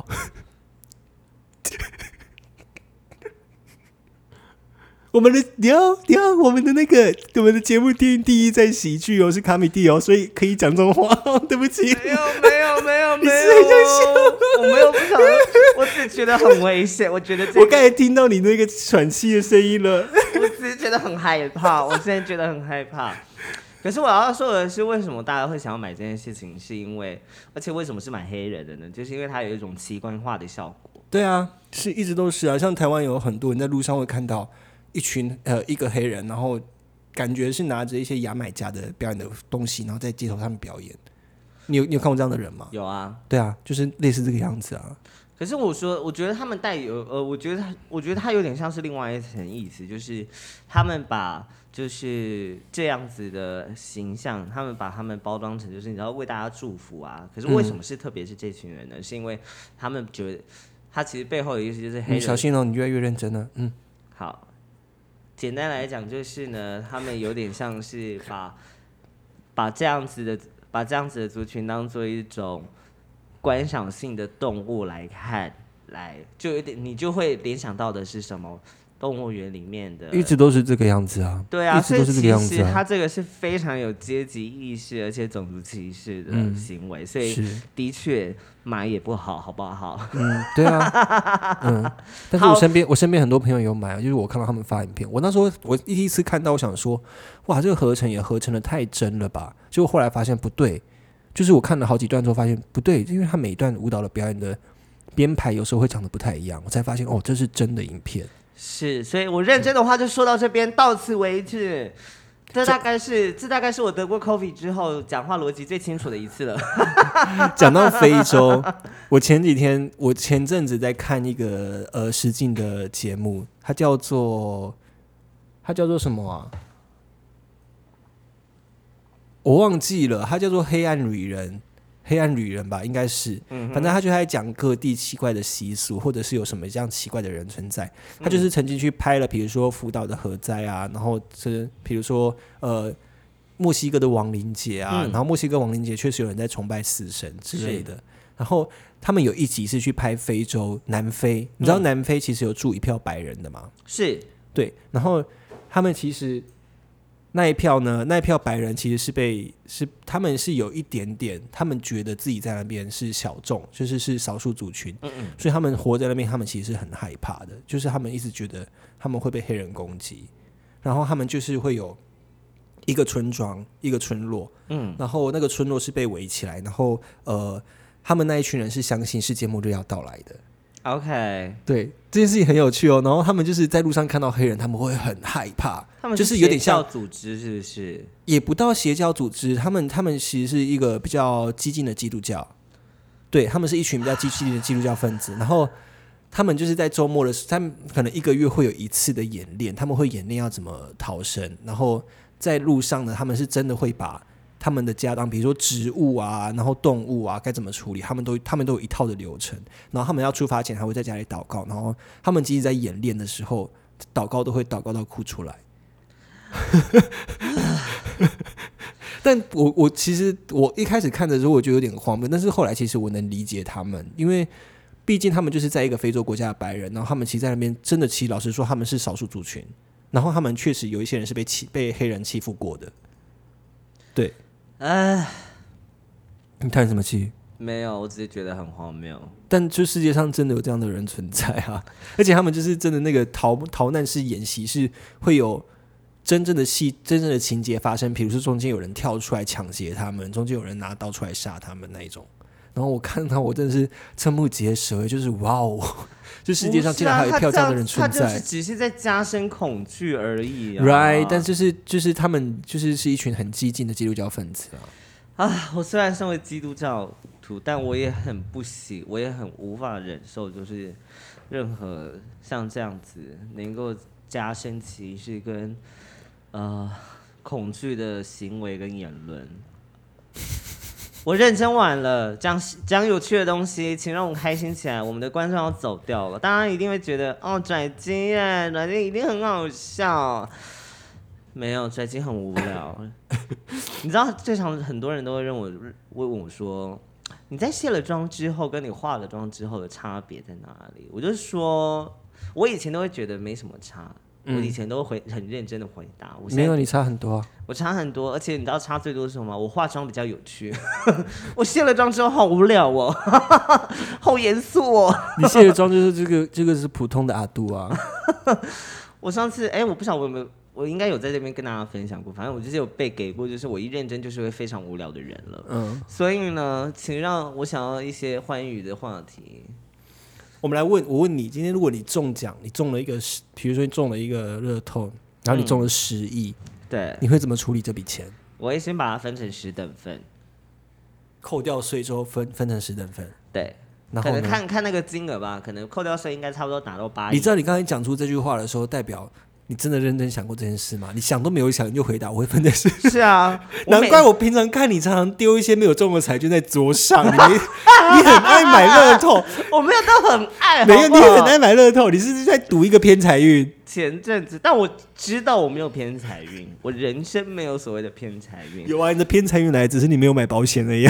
[SPEAKER 1] 我们的我们的节目第一在喜剧哦，是卡米蒂哦，所以可以讲这种话。对不起，
[SPEAKER 3] 没有，你是
[SPEAKER 1] 很想笑，
[SPEAKER 3] 我没有不想，我只觉得很危险。我觉得
[SPEAKER 1] 我刚才听到你那个喘气的声音了，
[SPEAKER 3] 我只是觉得很害怕，我现在觉得很害怕。可是我要说的是，为什么大家会想要买这件事情？是因为，而且为什么是买黑人的呢？就是因为它有一种奇观化的效果。
[SPEAKER 1] 对啊，是一直都是啊。像台湾有很多人在路上会看到一个黑人，然后感觉是拿着一些牙买加的表演的东西，然后在街头上面表演。你有看过这样的人吗？
[SPEAKER 3] 有啊，
[SPEAKER 1] 对啊，就是类似这个样子啊。
[SPEAKER 3] 可是我觉得他们带有我觉得他有点像是另外一层意思，就是他们把就是这样子的形象，他们把他们包装成就是你知道为大家祝福啊。可是为什么是特别是这群人呢？是因为他们觉得他其实背后的意思就是黑人。
[SPEAKER 1] 小心哦，你越来越认真了。
[SPEAKER 3] 好，简单来讲就是呢，他们有点像是把这样子的族群当做一种观赏性的动物来看，就有点你就会联想到的是什么？动物园里面的
[SPEAKER 1] 一直都是这个样子啊。
[SPEAKER 3] 对啊，
[SPEAKER 1] 一直都是这个样子啊。
[SPEAKER 3] 所以其实它这个是非常有阶级意识而且种族歧视的行为，所以的确买也不好，好不好？
[SPEAKER 1] 对啊，但是我身边很多朋友有买，就是我看到他们发影片，我那时候我第一次看到，我想说，哇，这个合成也合成的太真了吧？结果后来发现不对，就是我看了好几段之后发现不对，因为他每一段舞蹈的表演的编排有时候会长得不太一样，我才发现哦，这是真的影片。
[SPEAKER 3] 是，所以我认真的话就说到这边，到此为止。这大概是我得过 COVID 之后讲话逻辑最清楚的一次了。
[SPEAKER 1] 讲到非洲，我前阵子在看一个实境的节目，它叫做什么啊？我忘记了，它叫做黑暗旅人吧，应该是，反正他就在讲各地奇怪的习俗，或者是有什么这样奇怪的人存在。他就是曾经去拍了，比如说福岛的核灾啊，然后比如说墨西哥的亡灵节啊，然后墨西哥亡灵节确实有人在崇拜死神之类的。然后他们有一集是去拍非洲南非，你知道南非其实有住一票白人的吗？
[SPEAKER 3] 是，
[SPEAKER 1] 对，然后他们其实。那一票白人其实他们是有一点点，他们觉得自己在那边是小众，就是少数族群，所以他们活在那边，他们其实是很害怕的，就是他们一直觉得他们会被黑人攻击，然后他们就是会有一个村庄，一个村落，然后那个村落是被围起来，然后他们那一群人是相信世界末日要到来的。
[SPEAKER 3] OK，
[SPEAKER 1] 对，这件事情很有趣哦。然后他们就是在路上看到黑人，他们会很害怕。
[SPEAKER 3] 他们
[SPEAKER 1] 就是有点像
[SPEAKER 3] 邪教组织，是不是？
[SPEAKER 1] 也不到邪教组织，他们其实是一个比较激进的基督教。对，他们是一群比较激进的基督教分子。然后他们就是在周末的时候，他们可能1个月会有一次的演练，他们会演练要怎么逃生。然后在路上呢，他们是真的会把他们的家当，比如说植物啊，然后动物啊，该怎么处理，他们都有一套的流程。然后他们要出发前还会在家里祷告，然后他们即使在演练的时候，祷告都会祷告到哭出来。但我其实我一开始看的时候我觉得有点荒谬，但是后来其实我能理解他们，因为毕竟他们就是在一个非洲国家的白人，然后他们其实在那边真的，其实老实说他们是少数族群，然后他们确实有一些人是被黑人欺负过的。对，你叹什么气？
[SPEAKER 3] 没有，我只是觉得很荒谬。
[SPEAKER 1] 但就世界上真的有这样的人存在啊，而且他们就是真的那个逃难式演习是会有真正的情节发生，比如说中间有人跳出来抢劫他们，中间有人拿刀出来杀他们那一种， 然后我看到我真的是瞠目结舌，就是哇哦，就世界上竟然还有一票这样的人存在。
[SPEAKER 3] 他就是只是在加深恐惧而已啊。
[SPEAKER 1] Right， 但就是他们是一群很激进的基督教分子啊。
[SPEAKER 3] 我虽然身为基督教徒，但我也很不喜，我也很无法忍受，就是任何像这样子能够加深歧视跟恐惧的行为跟言论。我认真完了，讲有趣的东西，请让我开心起来。我们的观众要走掉了，大家一定会觉得拽鸡耶，拽鸡一定很好笑。没有，拽鸡很无聊。你知道，最常很多人都会问我说，你在卸了妆之后跟你化了妆之后的差别在哪里？我就说，我以前都会觉得没什么差。我以前都会很认真的回答，
[SPEAKER 1] 没有，你差很多啊。
[SPEAKER 3] 我差很多，而且你知道差最多是什么吗？我化妆比较有趣，我卸了妆之后好无聊哦，好严肃哦。
[SPEAKER 1] 你卸了妆就是这个是普通的阿杜啊。
[SPEAKER 3] 我上次我不晓得我有没有，我应该有在这边跟大家分享过，反正我就是有被给过，就是我一认真就是会非常无聊的人了。所以呢，请让我想要一些欢愉的话题。
[SPEAKER 1] 我们来我问你，今天如果你中奖，你中了一个，比如说你中了一个乐透，然后你中了10亿，
[SPEAKER 3] 对，
[SPEAKER 1] 你会怎么处理这笔钱？
[SPEAKER 3] 我会先把它分成10等份，
[SPEAKER 1] 扣掉税之后分成10等份。
[SPEAKER 3] 对，
[SPEAKER 1] 然后
[SPEAKER 3] 可能看那个金额吧，可能扣掉税应该差不多达到8亿。
[SPEAKER 1] 你知道你刚才讲出这句话的时候，代表你真的认真想过这件事吗？你想都没有想，你就回答我会分成10。
[SPEAKER 3] 是啊，
[SPEAKER 1] 难怪我平常看你常常丢一些没有中的彩券在桌上，你很爱买乐透。
[SPEAKER 3] 我没有到很爱，
[SPEAKER 1] 没有，你很爱买乐透，你是在赌一个偏财运。
[SPEAKER 3] 前阵子，但我知道我没有偏财运，我人生没有所谓的偏财运。
[SPEAKER 1] 有啊，你的偏财运来，只是你没有买保险而已。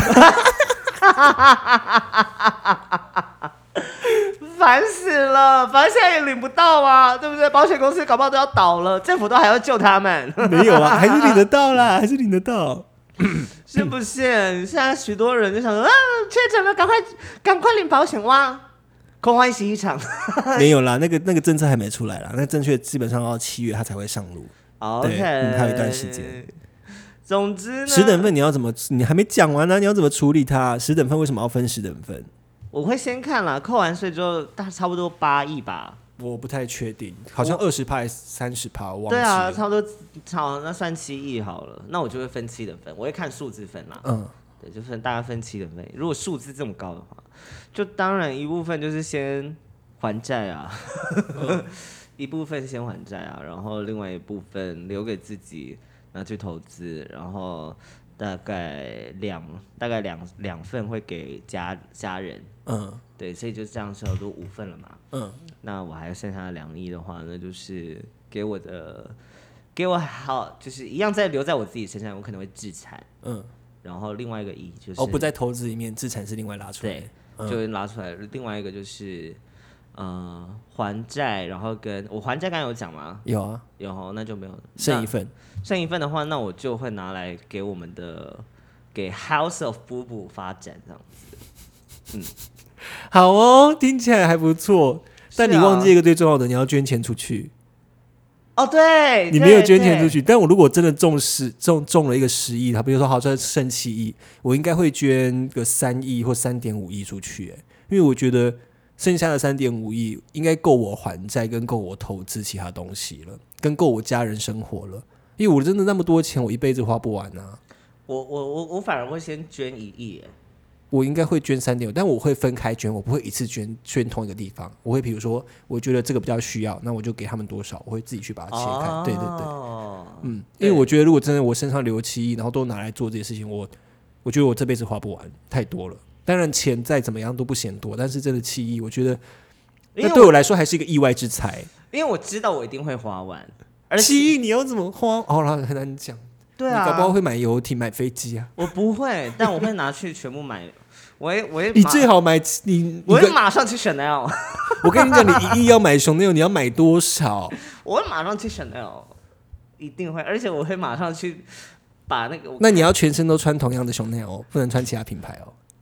[SPEAKER 3] 烦死了，反正现在也领不到啊，对不对？保险公司搞不好都要倒了，政府都还要救他们。
[SPEAKER 1] 没有啊，还是领得到啦，还是领得到。
[SPEAKER 3] 是不是？现在许多人就想说确诊了，赶快领保险哇！空欢喜一场。
[SPEAKER 1] 没有啦，那个政策还没出来啦，那正确基本上要7月它才会上路。
[SPEAKER 3] OK，
[SPEAKER 1] 还有一段时间。
[SPEAKER 3] 总之呢
[SPEAKER 1] ，10等份你要怎么？你还没讲完呢，你要怎么处理它？10等份为什么要分10等份？
[SPEAKER 3] 我会先看啦，扣完税之后大差不多8亿吧。
[SPEAKER 1] 我不太确定，好像20%还是30%，我忘记了。
[SPEAKER 3] 对啊，差不多，好，那算7亿好了。那我就会分7等份，我会看数字分啦。对，就大概分7等份。如果数字这么高的话，就当然一部分就是先还债啊，一部分先还债啊，然后另外一部分留给自己拿去投资，然后大概两份会给家人。对，所以就这样差不多5份了嘛。那我还剩下2亿的话，那就是给我好，就是一样再留在我自己身上，我可能会置产。然后另外一个亿就是
[SPEAKER 1] 不在投资里面，资产是另外拉出来的。
[SPEAKER 3] 对，就拉出来。另外一个就是还债，然后我还债刚才有讲吗？
[SPEAKER 1] 有啊，
[SPEAKER 3] 有，那就没有
[SPEAKER 1] 剩一份。
[SPEAKER 3] 剩一份的话，那我就会拿来给给 House of 布布发展这样子。
[SPEAKER 1] 好哦，听起来还不错。但你忘记一个最重要的，你要捐钱出去。
[SPEAKER 3] 对，
[SPEAKER 1] 你没有捐钱出去。但我如果真的中了一个10亿，他比如说好像剩7亿，我应该会捐个3亿或3.5亿出去。因为我觉得剩下的3.5亿应该够我还债，跟够我投资其他东西了，跟够我家人生活了。因为我真的那么多钱，我一辈子花不完啊。
[SPEAKER 3] 我反而会先捐1亿。
[SPEAKER 1] 我应该会捐3.5，但我会分开捐，我不会一次捐同一个地方。我会比如说，我觉得这个比较需要，那我就给他们多少，我会自己去把它切开。对对对，因为我觉得如果真的我身上留7亿，然后都拿来做这些事情，我觉得我这辈子花不完，太多了。当然钱再怎么样都不嫌多，但是真的7亿，我觉得那对我来说还是一个意外之财。
[SPEAKER 3] 因为我知道我一定会花完。
[SPEAKER 1] 7亿你要怎么花？很难讲。
[SPEAKER 3] 对啊，
[SPEAKER 1] 你搞不好会买游艇、买飞机啊。
[SPEAKER 3] 我不会，但我会拿去全部买。
[SPEAKER 1] 你最好买
[SPEAKER 3] 我会马上去 Chanel。
[SPEAKER 1] 我跟你讲，你1亿要买 Chanel， 你要买多少？
[SPEAKER 3] 我会马上去 Chanel， 一定会，而且我会马上去把那个。
[SPEAKER 1] 那你要全身都穿同样的 Chanel， 不能穿其他品牌哦。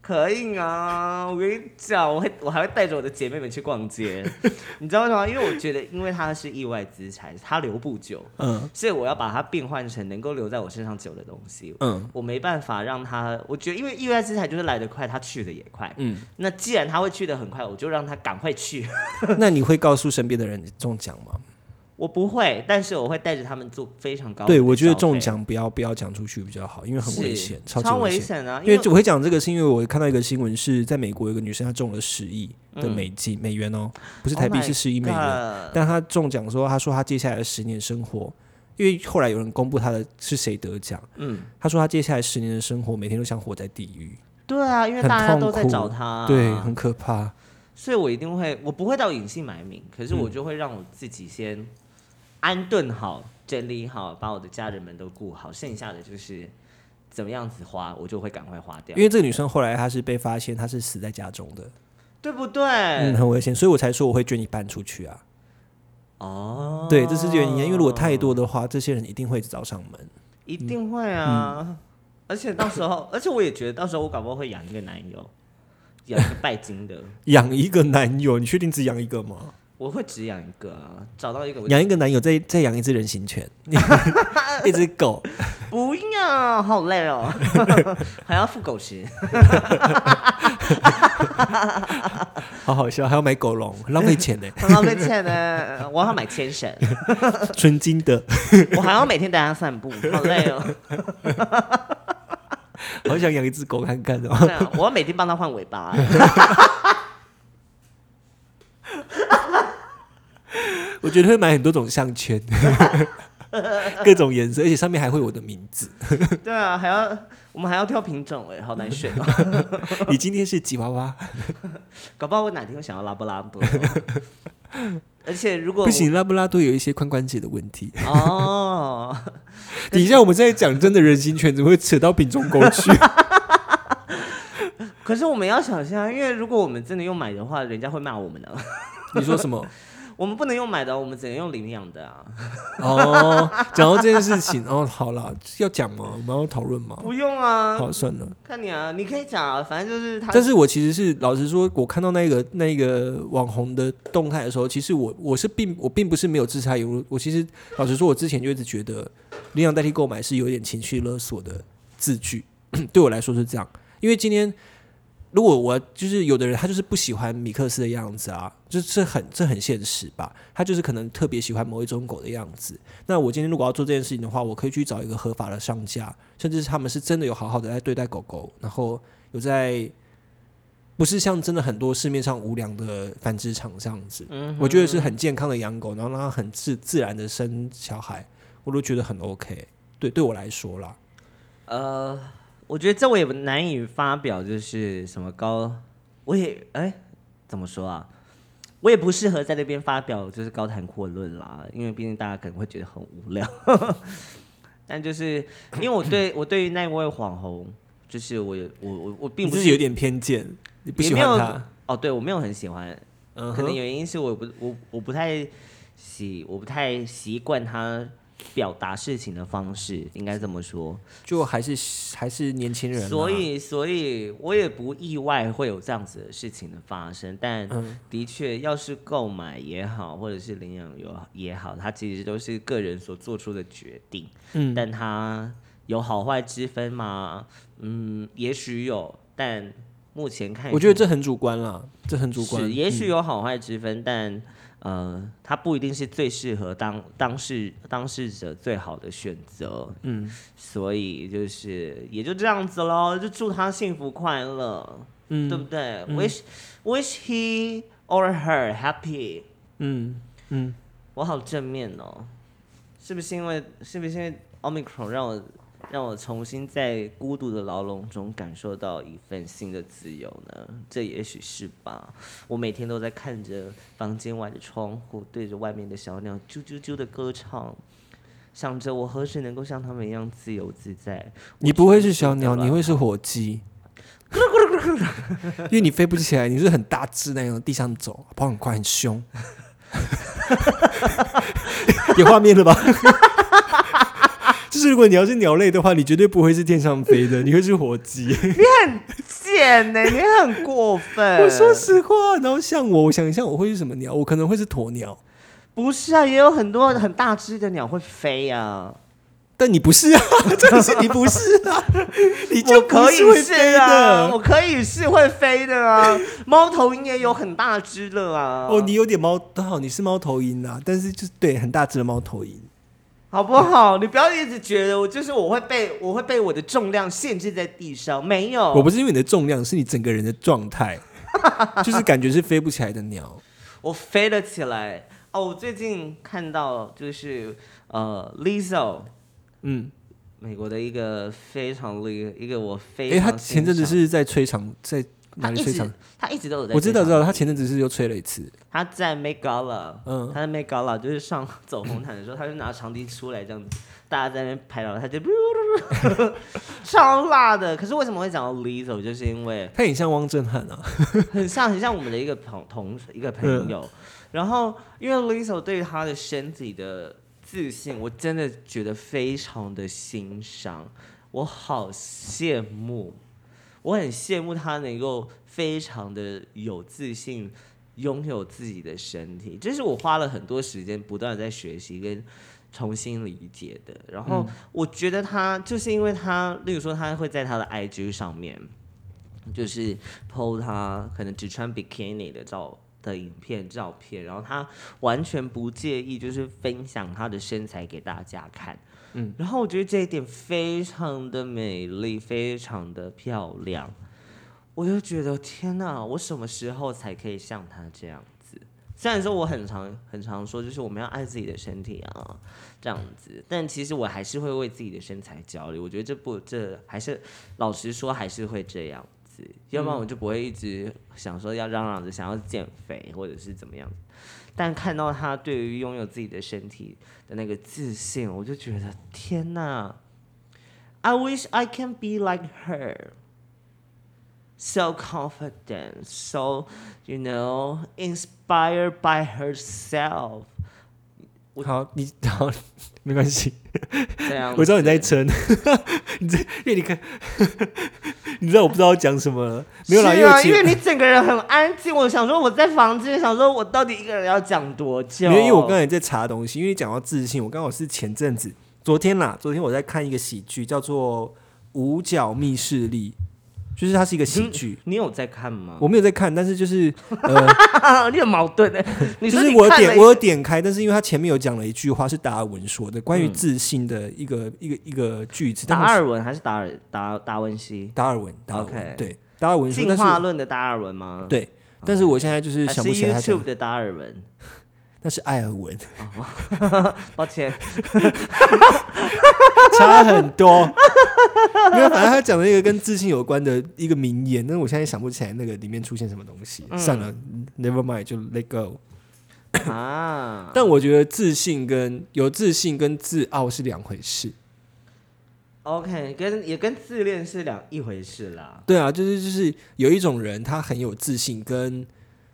[SPEAKER 3] 可以啊，我跟你讲，我还会带着我的姐妹们去逛街，你知道吗？因为我觉得，因为它是意外之财，它留不久，所以我要把它变换成能够留在我身上久的东西，我没办法让它，我觉得因为意外之财就是来得快，它去的也快，那既然它会去得很快，我就让它赶快去。
[SPEAKER 1] 那你会告诉身边的人中奖吗？
[SPEAKER 3] 我不会，但是我会带着他们做非常高的。
[SPEAKER 1] 对，我觉得中奖不要讲出去比较好，因为很危险，超危
[SPEAKER 3] 险啊！
[SPEAKER 1] 因为我会讲这个，是因为我看到一个新闻，是在美国有个女生她中了10亿的美元哦，不是台币，是10亿美元。但她中奖说，她说她接下来的10年生活，因为后来有人公布她的是谁得奖，她说她接下来10年的生活，每天都像活在地狱。
[SPEAKER 3] 对啊，因为大家都在找她，
[SPEAKER 1] 对，很可怕。
[SPEAKER 3] 所以我不会到隐姓埋名，可是我就会让我自己先安顿好、整理好，把我的家人们都顾好，剩下的就是怎么样子花，我就会赶快花掉。
[SPEAKER 1] 因为这个女生后来她是被发现她是死在家中的，
[SPEAKER 3] 对不对？
[SPEAKER 1] 很危险，所以我才说我会捐一半出去啊。哦，对，这是原因，因为如果太多的话，这些人一定会找上门，
[SPEAKER 3] 一定会啊。而且到时候，而且我也觉得到时候我搞不好会养一个男友，养一个拜金的。
[SPEAKER 1] 养一个男友，你确定只养一个吗？
[SPEAKER 3] 我会只养一个啊，找到一个
[SPEAKER 1] 养一个男友，再养一只人形犬，一只狗。
[SPEAKER 3] 不要，好累哦，还要付狗食，
[SPEAKER 1] 好好笑，还要买狗笼，浪费钱呢，
[SPEAKER 3] 浪费钱呢。我要买牵绳，
[SPEAKER 1] 纯金的，
[SPEAKER 3] 我还要每天带它散步，好累哦。
[SPEAKER 1] 好想养一只狗看看哦。
[SPEAKER 3] 我要每天帮它换尾巴。
[SPEAKER 1] 我觉得会买很多种项圈，各种颜色，而且上面还会有我的名字。
[SPEAKER 3] 对啊，我们还要挑品种哎，好难选哦。
[SPEAKER 1] 你今天是吉娃娃，
[SPEAKER 3] 搞不好我哪天会想要拉布拉多。而且如果
[SPEAKER 1] 不行，拉布拉多有一些髋关节的问题。
[SPEAKER 3] 哦，
[SPEAKER 1] 等一下我们在讲真的人形犬，怎么会扯到品种狗去？
[SPEAKER 3] 可是我们要想象，因为如果我们真的用买的话，人家会骂我们的。
[SPEAKER 1] 你说什么？
[SPEAKER 3] 我们不能用买的，我们只能用领养的啊。
[SPEAKER 1] 哦，讲到这件事情，哦，好啦，要讲吗？我们要讨论吗？
[SPEAKER 3] 不用啊。
[SPEAKER 1] 好，算了。
[SPEAKER 3] 看你啊，你可以讲啊，反正就是他。
[SPEAKER 1] 但是我其实是老实说，我看到那个网红的动态的时候，其实我并不是没有支持他。我其实老实说，我之前就一直觉得领养代替购买是有点情绪勒索的字句，对我来说是这样。因为今天如果我就是有的人他就是不喜欢米克斯的样子啊，这很现实吧，他就是可能特别喜欢某一种狗的样子。那我今天如果要做这件事情的话，我可以去找一个合法的商家，甚至是他们是真的有好好的在对待狗狗，然后有在不是像真的很多市面上无良的繁殖场这样子，我觉得是很健康的养狗，然后让它很自然的生小孩，我都觉得很 OK。对我来说啦，
[SPEAKER 3] 我觉得这我也难以发表，就是什么我也怎么说啊？我也不适合在那边发表就是高谈阔论啦，因为毕竟大家可能会觉得很无聊。但就是因为我对于那位网红，就是我并不是
[SPEAKER 1] 有点偏见，你不喜欢他
[SPEAKER 3] 哦？对，我没有很喜欢，可能原因是我不太习惯他表达事情的方式，应该这么说，
[SPEAKER 1] 就还是年轻人，
[SPEAKER 3] 所以我也不意外会有这样子的事情的发生。但的确，要是购买也好，或者是领养也好，它其实都是个人所做出的决定。但它有好坏之分吗？也许有，但目前看，
[SPEAKER 1] 我觉得这很主观啦，这很主观。
[SPEAKER 3] 是，也许有好坏之分，但它不一定是最适合当事者最好的选择。所以也就这样子咯，就祝他幸福快乐，对不对？Wish he or her happy。我好正面哦，是不是因为 Omicron 让我重新在孤独的牢笼中感受到一份新的自由呢？这也许是吧。我每天都在看着房间外的窗户，对着外面的小鸟啾啾啾的歌唱，想着我何时能够像他们一样自由自在。
[SPEAKER 1] 你不会是小鸟，你会是火鸡，因为你飞不起来，你是很大只那种，地上走，跑很快很凶。有画面了吧？就是如果你要是鸟类的话，你绝对不会是天上飞的，你会是火鸡。
[SPEAKER 3] 你很贱浅呢，你很过分。
[SPEAKER 1] 我说实话，然后像我想一下我会是什么鸟，我可能会是鸵鸟。
[SPEAKER 3] 不是啊，也有很多很大只的鸟会飞啊。
[SPEAKER 1] 但你不是啊，真是你不是啊，你就不是会飞的。
[SPEAKER 3] 我可以是会飞的啊，猫头鹰也有很大只的啊。
[SPEAKER 1] 哦，你有点猫，好，你是猫头鹰啊，但是就是对很大只的猫头鹰，
[SPEAKER 3] 好不好？你不要一直觉得我会被我的重量限制在地上，没有。
[SPEAKER 1] 我不是因为你的重量，是你整个人的状态，就是感觉是飞不起来的鸟。
[SPEAKER 3] 我飞了起来哦！我最近看到就是Lizzo。美国的一个非常一个我非常
[SPEAKER 1] 他前阵子是在吹场，在哪里吹场？
[SPEAKER 3] 他一直都有在。
[SPEAKER 1] 我知道，他前阵子是又吹了一次。
[SPEAKER 3] 他在 Met Gala， 他在 Met Gala 就是走红毯的时候，他就拿长笛出来这样子，大家在那边拍到他就超辣的。可是为什么会讲到 Lizzo， 就是因为
[SPEAKER 1] 他很像汪正涵啊，
[SPEAKER 3] 很像我们的一个朋友。然后因为 Lizzo 对于他的身体的自信，我真的觉得非常的欣赏，我好羡慕，我很羡慕他能够非常的有自信，拥有自己的身体，这是我花了很多时间不断的在学习跟重新理解的。然后我觉得他就是因为他，例如说他会在他的 IG 上面，就是 po 他可能只穿 bikini 的影片照片，然后他完全不介意就是分享他的身材给大家看，然后我觉得这一点非常的美丽，非常的漂亮，我就觉得天哪，我什么时候才可以像他这样子？虽然说我很常说就是我们要爱自己的身体啊这样子，但其实我还是会为自己的身材焦虑，我觉得这还是老实说还是会这样。要不然我就不会一直想说要嚷嚷着想要减肥或者是怎么样，但看到他对于拥有自己的身体的那个自信，我就觉得天哪 I wish I can be like her, so confident, so inspired by herself。
[SPEAKER 1] 好，没关系，
[SPEAKER 3] 这样
[SPEAKER 1] 我知道你在撑，因为你看，你知道我不知道讲什么了，没有啦，
[SPEAKER 3] 因为你整个人很安静，我想说我在房间，想说我到底一个人要讲多久？
[SPEAKER 1] 因为我刚才在查东西，因为讲到自信，我刚好是前阵子昨天我在看一个喜剧，叫做《五角密室力》。就是它是一个喜剧，
[SPEAKER 3] 你有在看吗？
[SPEAKER 1] 我没有在看，但是就是
[SPEAKER 3] 你很矛盾哎。
[SPEAKER 1] 就是我有点开，但是因为他前面有讲了一句话是达尔文说的，关于自信的一个句子。
[SPEAKER 3] 达尔文还是达文西？
[SPEAKER 1] 达尔文
[SPEAKER 3] ，OK，
[SPEAKER 1] 对，达尔文说
[SPEAKER 3] 进化论的达尔文吗？
[SPEAKER 1] 对，但是我现在就是想不起来他
[SPEAKER 3] 是 YouTube 的达尔文。
[SPEAKER 1] 那是艾尔文，
[SPEAKER 3] 抱歉，
[SPEAKER 1] 差很多。没有，反正他讲了一个跟自信有关的一个名言，但是我现在想不起来那个里面出现什么东西。算了 ，Never mind， 就 Let go。但我觉得有自信跟自傲是两回事。
[SPEAKER 3] OK， 也跟自恋是一回事啦。
[SPEAKER 1] 对啊，就是有一种人他很有自信跟。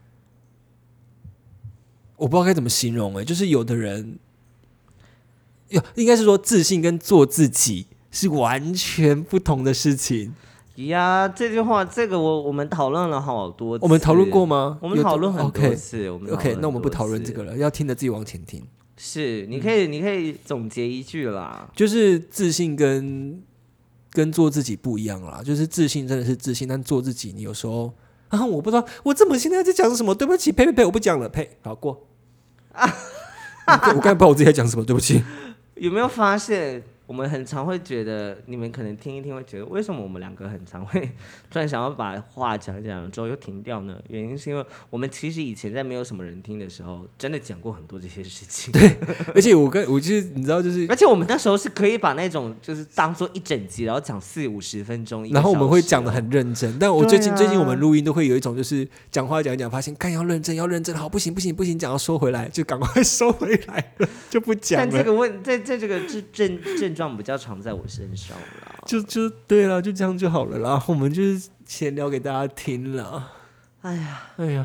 [SPEAKER 1] 我不知道该怎么形容就是有的人，应该是说自信跟做自己是完全不同的事情。
[SPEAKER 3] 呀，这句话，这个我们讨论了好多次。
[SPEAKER 1] 我们讨论过吗？
[SPEAKER 3] 我们讨论很多次。
[SPEAKER 1] OK， 那我们不讨论这个了，要听的自己往前听。
[SPEAKER 3] 是，你可以总结一句啦，
[SPEAKER 1] 就是自信跟做自己不一样啦。就是自信真的是自信，但做自己，你有时候我不知道我这么现在在讲什么，对不起，呸，我不讲了，呸，好过。我刚才不知道我自己在讲什么，对不起。
[SPEAKER 3] 有没有发现我们很常会觉得，你们可能听一听会觉得，为什么我们两个很常会突然想要把话讲之后又停掉呢？原因是因为我们其实以前在没有什么人听的时候，真的讲过很多这些事情。
[SPEAKER 1] 对，而且我就是你知道，就是
[SPEAKER 3] 而且我们那时候是可以把那种就是当做一整集，然后讲40-50分钟，
[SPEAKER 1] 然后我们会讲得很认真。但我最近我们录音都会有一种就是讲话讲一讲，发现干要认真，好不行，讲要收回来，就赶快收回来了，就不讲了。
[SPEAKER 3] 但这个症状比较常在我身上啦，
[SPEAKER 1] 就对了，就这样就好了啦。我们就是闲聊给大家听啦。哎呀，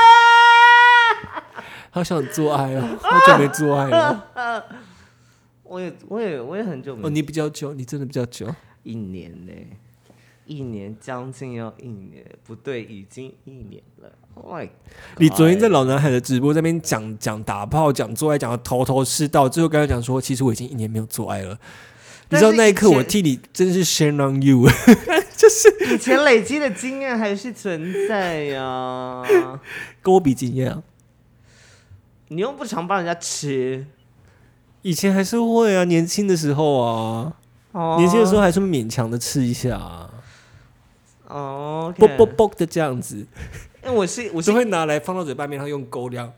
[SPEAKER 1] 好想做爱哦，好久没做爱了。
[SPEAKER 3] 我也很久没。
[SPEAKER 1] 你比较久，你真的比较久。
[SPEAKER 3] 1年呢，1年将近要1年，不对，已经1年了。Oh my God，
[SPEAKER 1] 你昨天在老男孩的直播这边讲打炮，讲做爱，讲的头头是道，最后跟他讲说，其实我已经1年没有做爱了。你知道那一刻我替你真是 shame on you， 就是
[SPEAKER 3] 以前累积的经验还是存在呀，
[SPEAKER 1] 跟我比经验啊。
[SPEAKER 3] 你又不常帮人家吃，
[SPEAKER 1] 以前还是会啊，年轻的时候啊，年轻的时候还是会勉强的吃一下啊，啵啵啵的这样子。
[SPEAKER 3] 因为我是
[SPEAKER 1] 都会拿来放到嘴巴面上用勾量。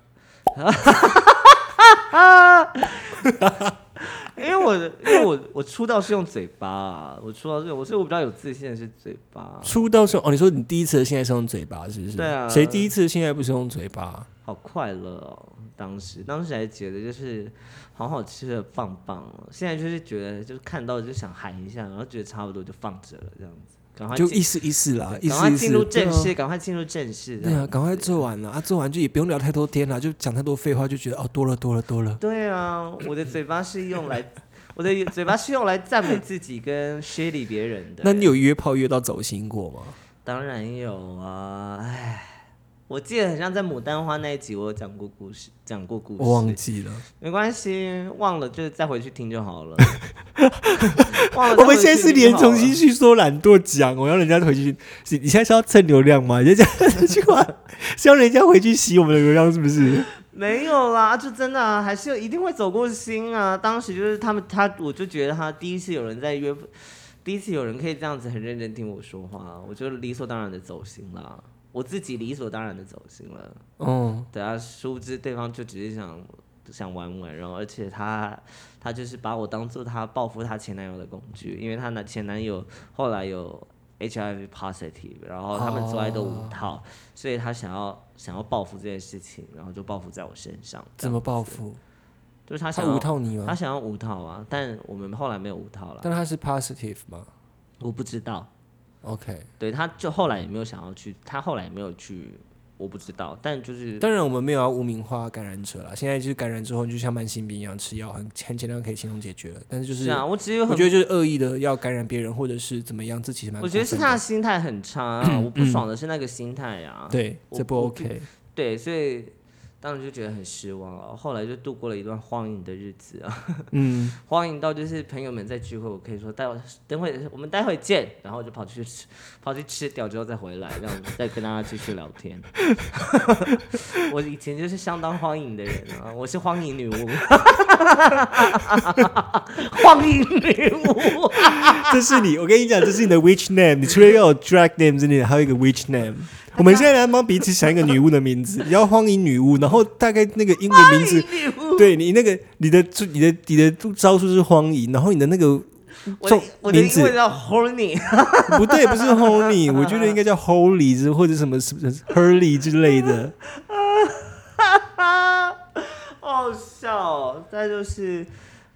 [SPEAKER 3] 因为我出道是用嘴巴啊，所以我比较有自信的是嘴巴。
[SPEAKER 1] 出道是你说你第一次的性爱是用嘴巴是不是？
[SPEAKER 3] 对啊。
[SPEAKER 1] 谁第一次的性爱不是用嘴巴？
[SPEAKER 3] 好快乐哦！当时还觉得就是好好吃的棒棒哦，现在就是觉得就是看到就想喊一下，然后觉得差不多就放着了这样子。赶快
[SPEAKER 1] 就意思意思啦，
[SPEAKER 3] 赶快进入正事，赶快进入正事。
[SPEAKER 1] 对啊，赶快做完了啊，做完就也不用聊太多天了，就讲太多废话，就觉得多了。
[SPEAKER 3] 对啊，我的嘴巴是用来赞美自己跟削礼别人的。
[SPEAKER 1] 那你有约炮约到走心过吗？
[SPEAKER 3] 当然有啊，唉。我记得很像在牡丹花那一集，我有讲过故事。
[SPEAKER 1] 我忘记了，
[SPEAKER 3] 没关系，忘了就再回去听就好了。
[SPEAKER 1] 我们现在是连重新叙说懒惰讲，我要人家回去。你现在是要蹭流量吗？你在讲这句话是要人家回去洗我们的流量是不是？
[SPEAKER 3] 没有啦，就真的啊，还是一定会走过心啊。当时就是我就觉得他第一次有人可以这样子很认真听我说话，我就理所当然的走心啦。我自己理所当然的走心了，对啊，殊不知对方就只是想玩玩，然后而且他就是把我当做他报复他前男友的工具，因为他前男友后来有 HIV positive， 然后他们做爱都无套，所以他想要报复这件事情，然后就报复在我身上。
[SPEAKER 1] 怎么报复？
[SPEAKER 3] 就是他无
[SPEAKER 1] 套你吗？
[SPEAKER 3] 他想要无套啊，但我们后来没有无套了。
[SPEAKER 1] 但他是 positive 吗？
[SPEAKER 3] 我不知道。
[SPEAKER 1] OK，
[SPEAKER 3] 对，他就后来也没有想要去，他后来也没有去，我不知道。但就是
[SPEAKER 1] 当然我们没有要污名化感染者啦，现在就是感染之后就像慢性病一样吃药很简单可以轻松解决了。但是就是
[SPEAKER 3] 啊，我觉得
[SPEAKER 1] 就是恶意的要感染别人或者是怎么样，这其实蛮……
[SPEAKER 3] 我觉得是他的心态很差啊，我不爽的是那个心态啊。
[SPEAKER 1] 对，这不 OK。
[SPEAKER 3] 对，所以当时就觉得很失望啊。后来就度过了一段荒淫的日子啊。荒淫到就是朋友们在聚会，我可以说我们待会见，然后我就跑去吃掉之后再回来，这样子再跟大家继续聊天。我以前就是相当荒淫的人啊，我是荒淫女巫。荒淫女巫。
[SPEAKER 1] 这是你，我跟你讲，这是你的 witch name。你除了要有 drag name 之外，还有一个 witch name。我们现在来帮彼此想一个女巫的名字，你要荒淫女巫，然后大概那个英文名字，对你那个你的招数是荒淫，然后你的那个
[SPEAKER 3] 我的英文叫 horny，
[SPEAKER 1] 不对，不是 horny， 我觉得应该叫 holy 或者什么 hurly 之类的。
[SPEAKER 3] 好笑哦！再就是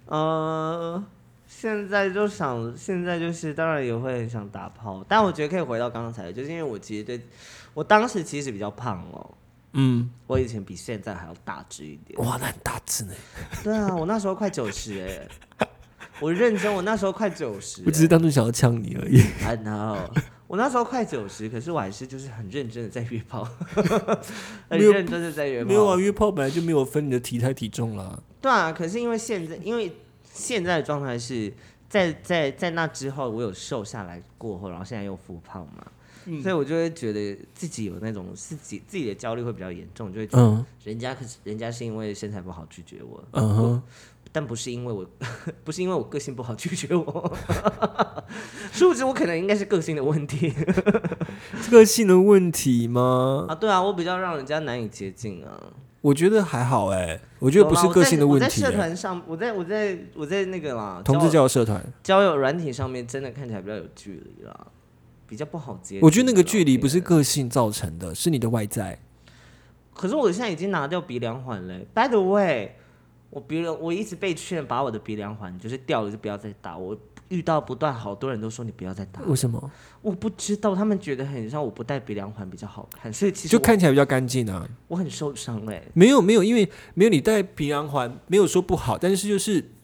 [SPEAKER 3] 现在就是当然也会很想打炮，但我觉得可以回到刚才，就是因为我当时其实比较胖哦。我以前比现在还要大只一点。
[SPEAKER 1] 哇，那很大只呢。
[SPEAKER 3] 对啊，我那时候快90我认真，我那时候快90。
[SPEAKER 1] 我只是当初想要呛你而已。
[SPEAKER 3] I know， 我那时候快90，可是我还是就是很认真的在约炮，很认真的在约炮。
[SPEAKER 1] 没有啊，约炮本来就没有分你的体态体重啦。
[SPEAKER 3] 对啊，可是因为现在的状态是在那之后，我有瘦下来过后，然后现在又复胖嘛。所以我就会觉得自己有那种自己的焦虑会比较严重，就会觉得人家是因为身材不好拒绝我，但不是因为我个性不好拒绝我，殊不知我可能应该是个性的问题。
[SPEAKER 1] 个性的问题吗？
[SPEAKER 3] 啊，对啊，我比较让人家难以接近啊。
[SPEAKER 1] 我觉得还好我觉得不是个性的问题。
[SPEAKER 3] 我在社团上，我在那个啦，
[SPEAKER 1] 同志交友社团、
[SPEAKER 3] 交友软体上面，真的看起来比较有距离啦。比较不好接，
[SPEAKER 1] 我觉得那个距离不是个性造成的，是你的外在。
[SPEAKER 3] 可是我现在已经拿掉鼻梁环了。By the way， 我一直被劝把我的鼻梁环就是掉了就不要再打。我遇到不断好多人都说你不要再打。
[SPEAKER 1] 为什么？
[SPEAKER 3] 我不知道，他们觉得很像我不戴鼻梁环比较好看，所以其实
[SPEAKER 1] 就看起来比较干净啊。
[SPEAKER 3] 我很受伤
[SPEAKER 1] 没有，因为没有你戴鼻梁环，没有说不好，但是就是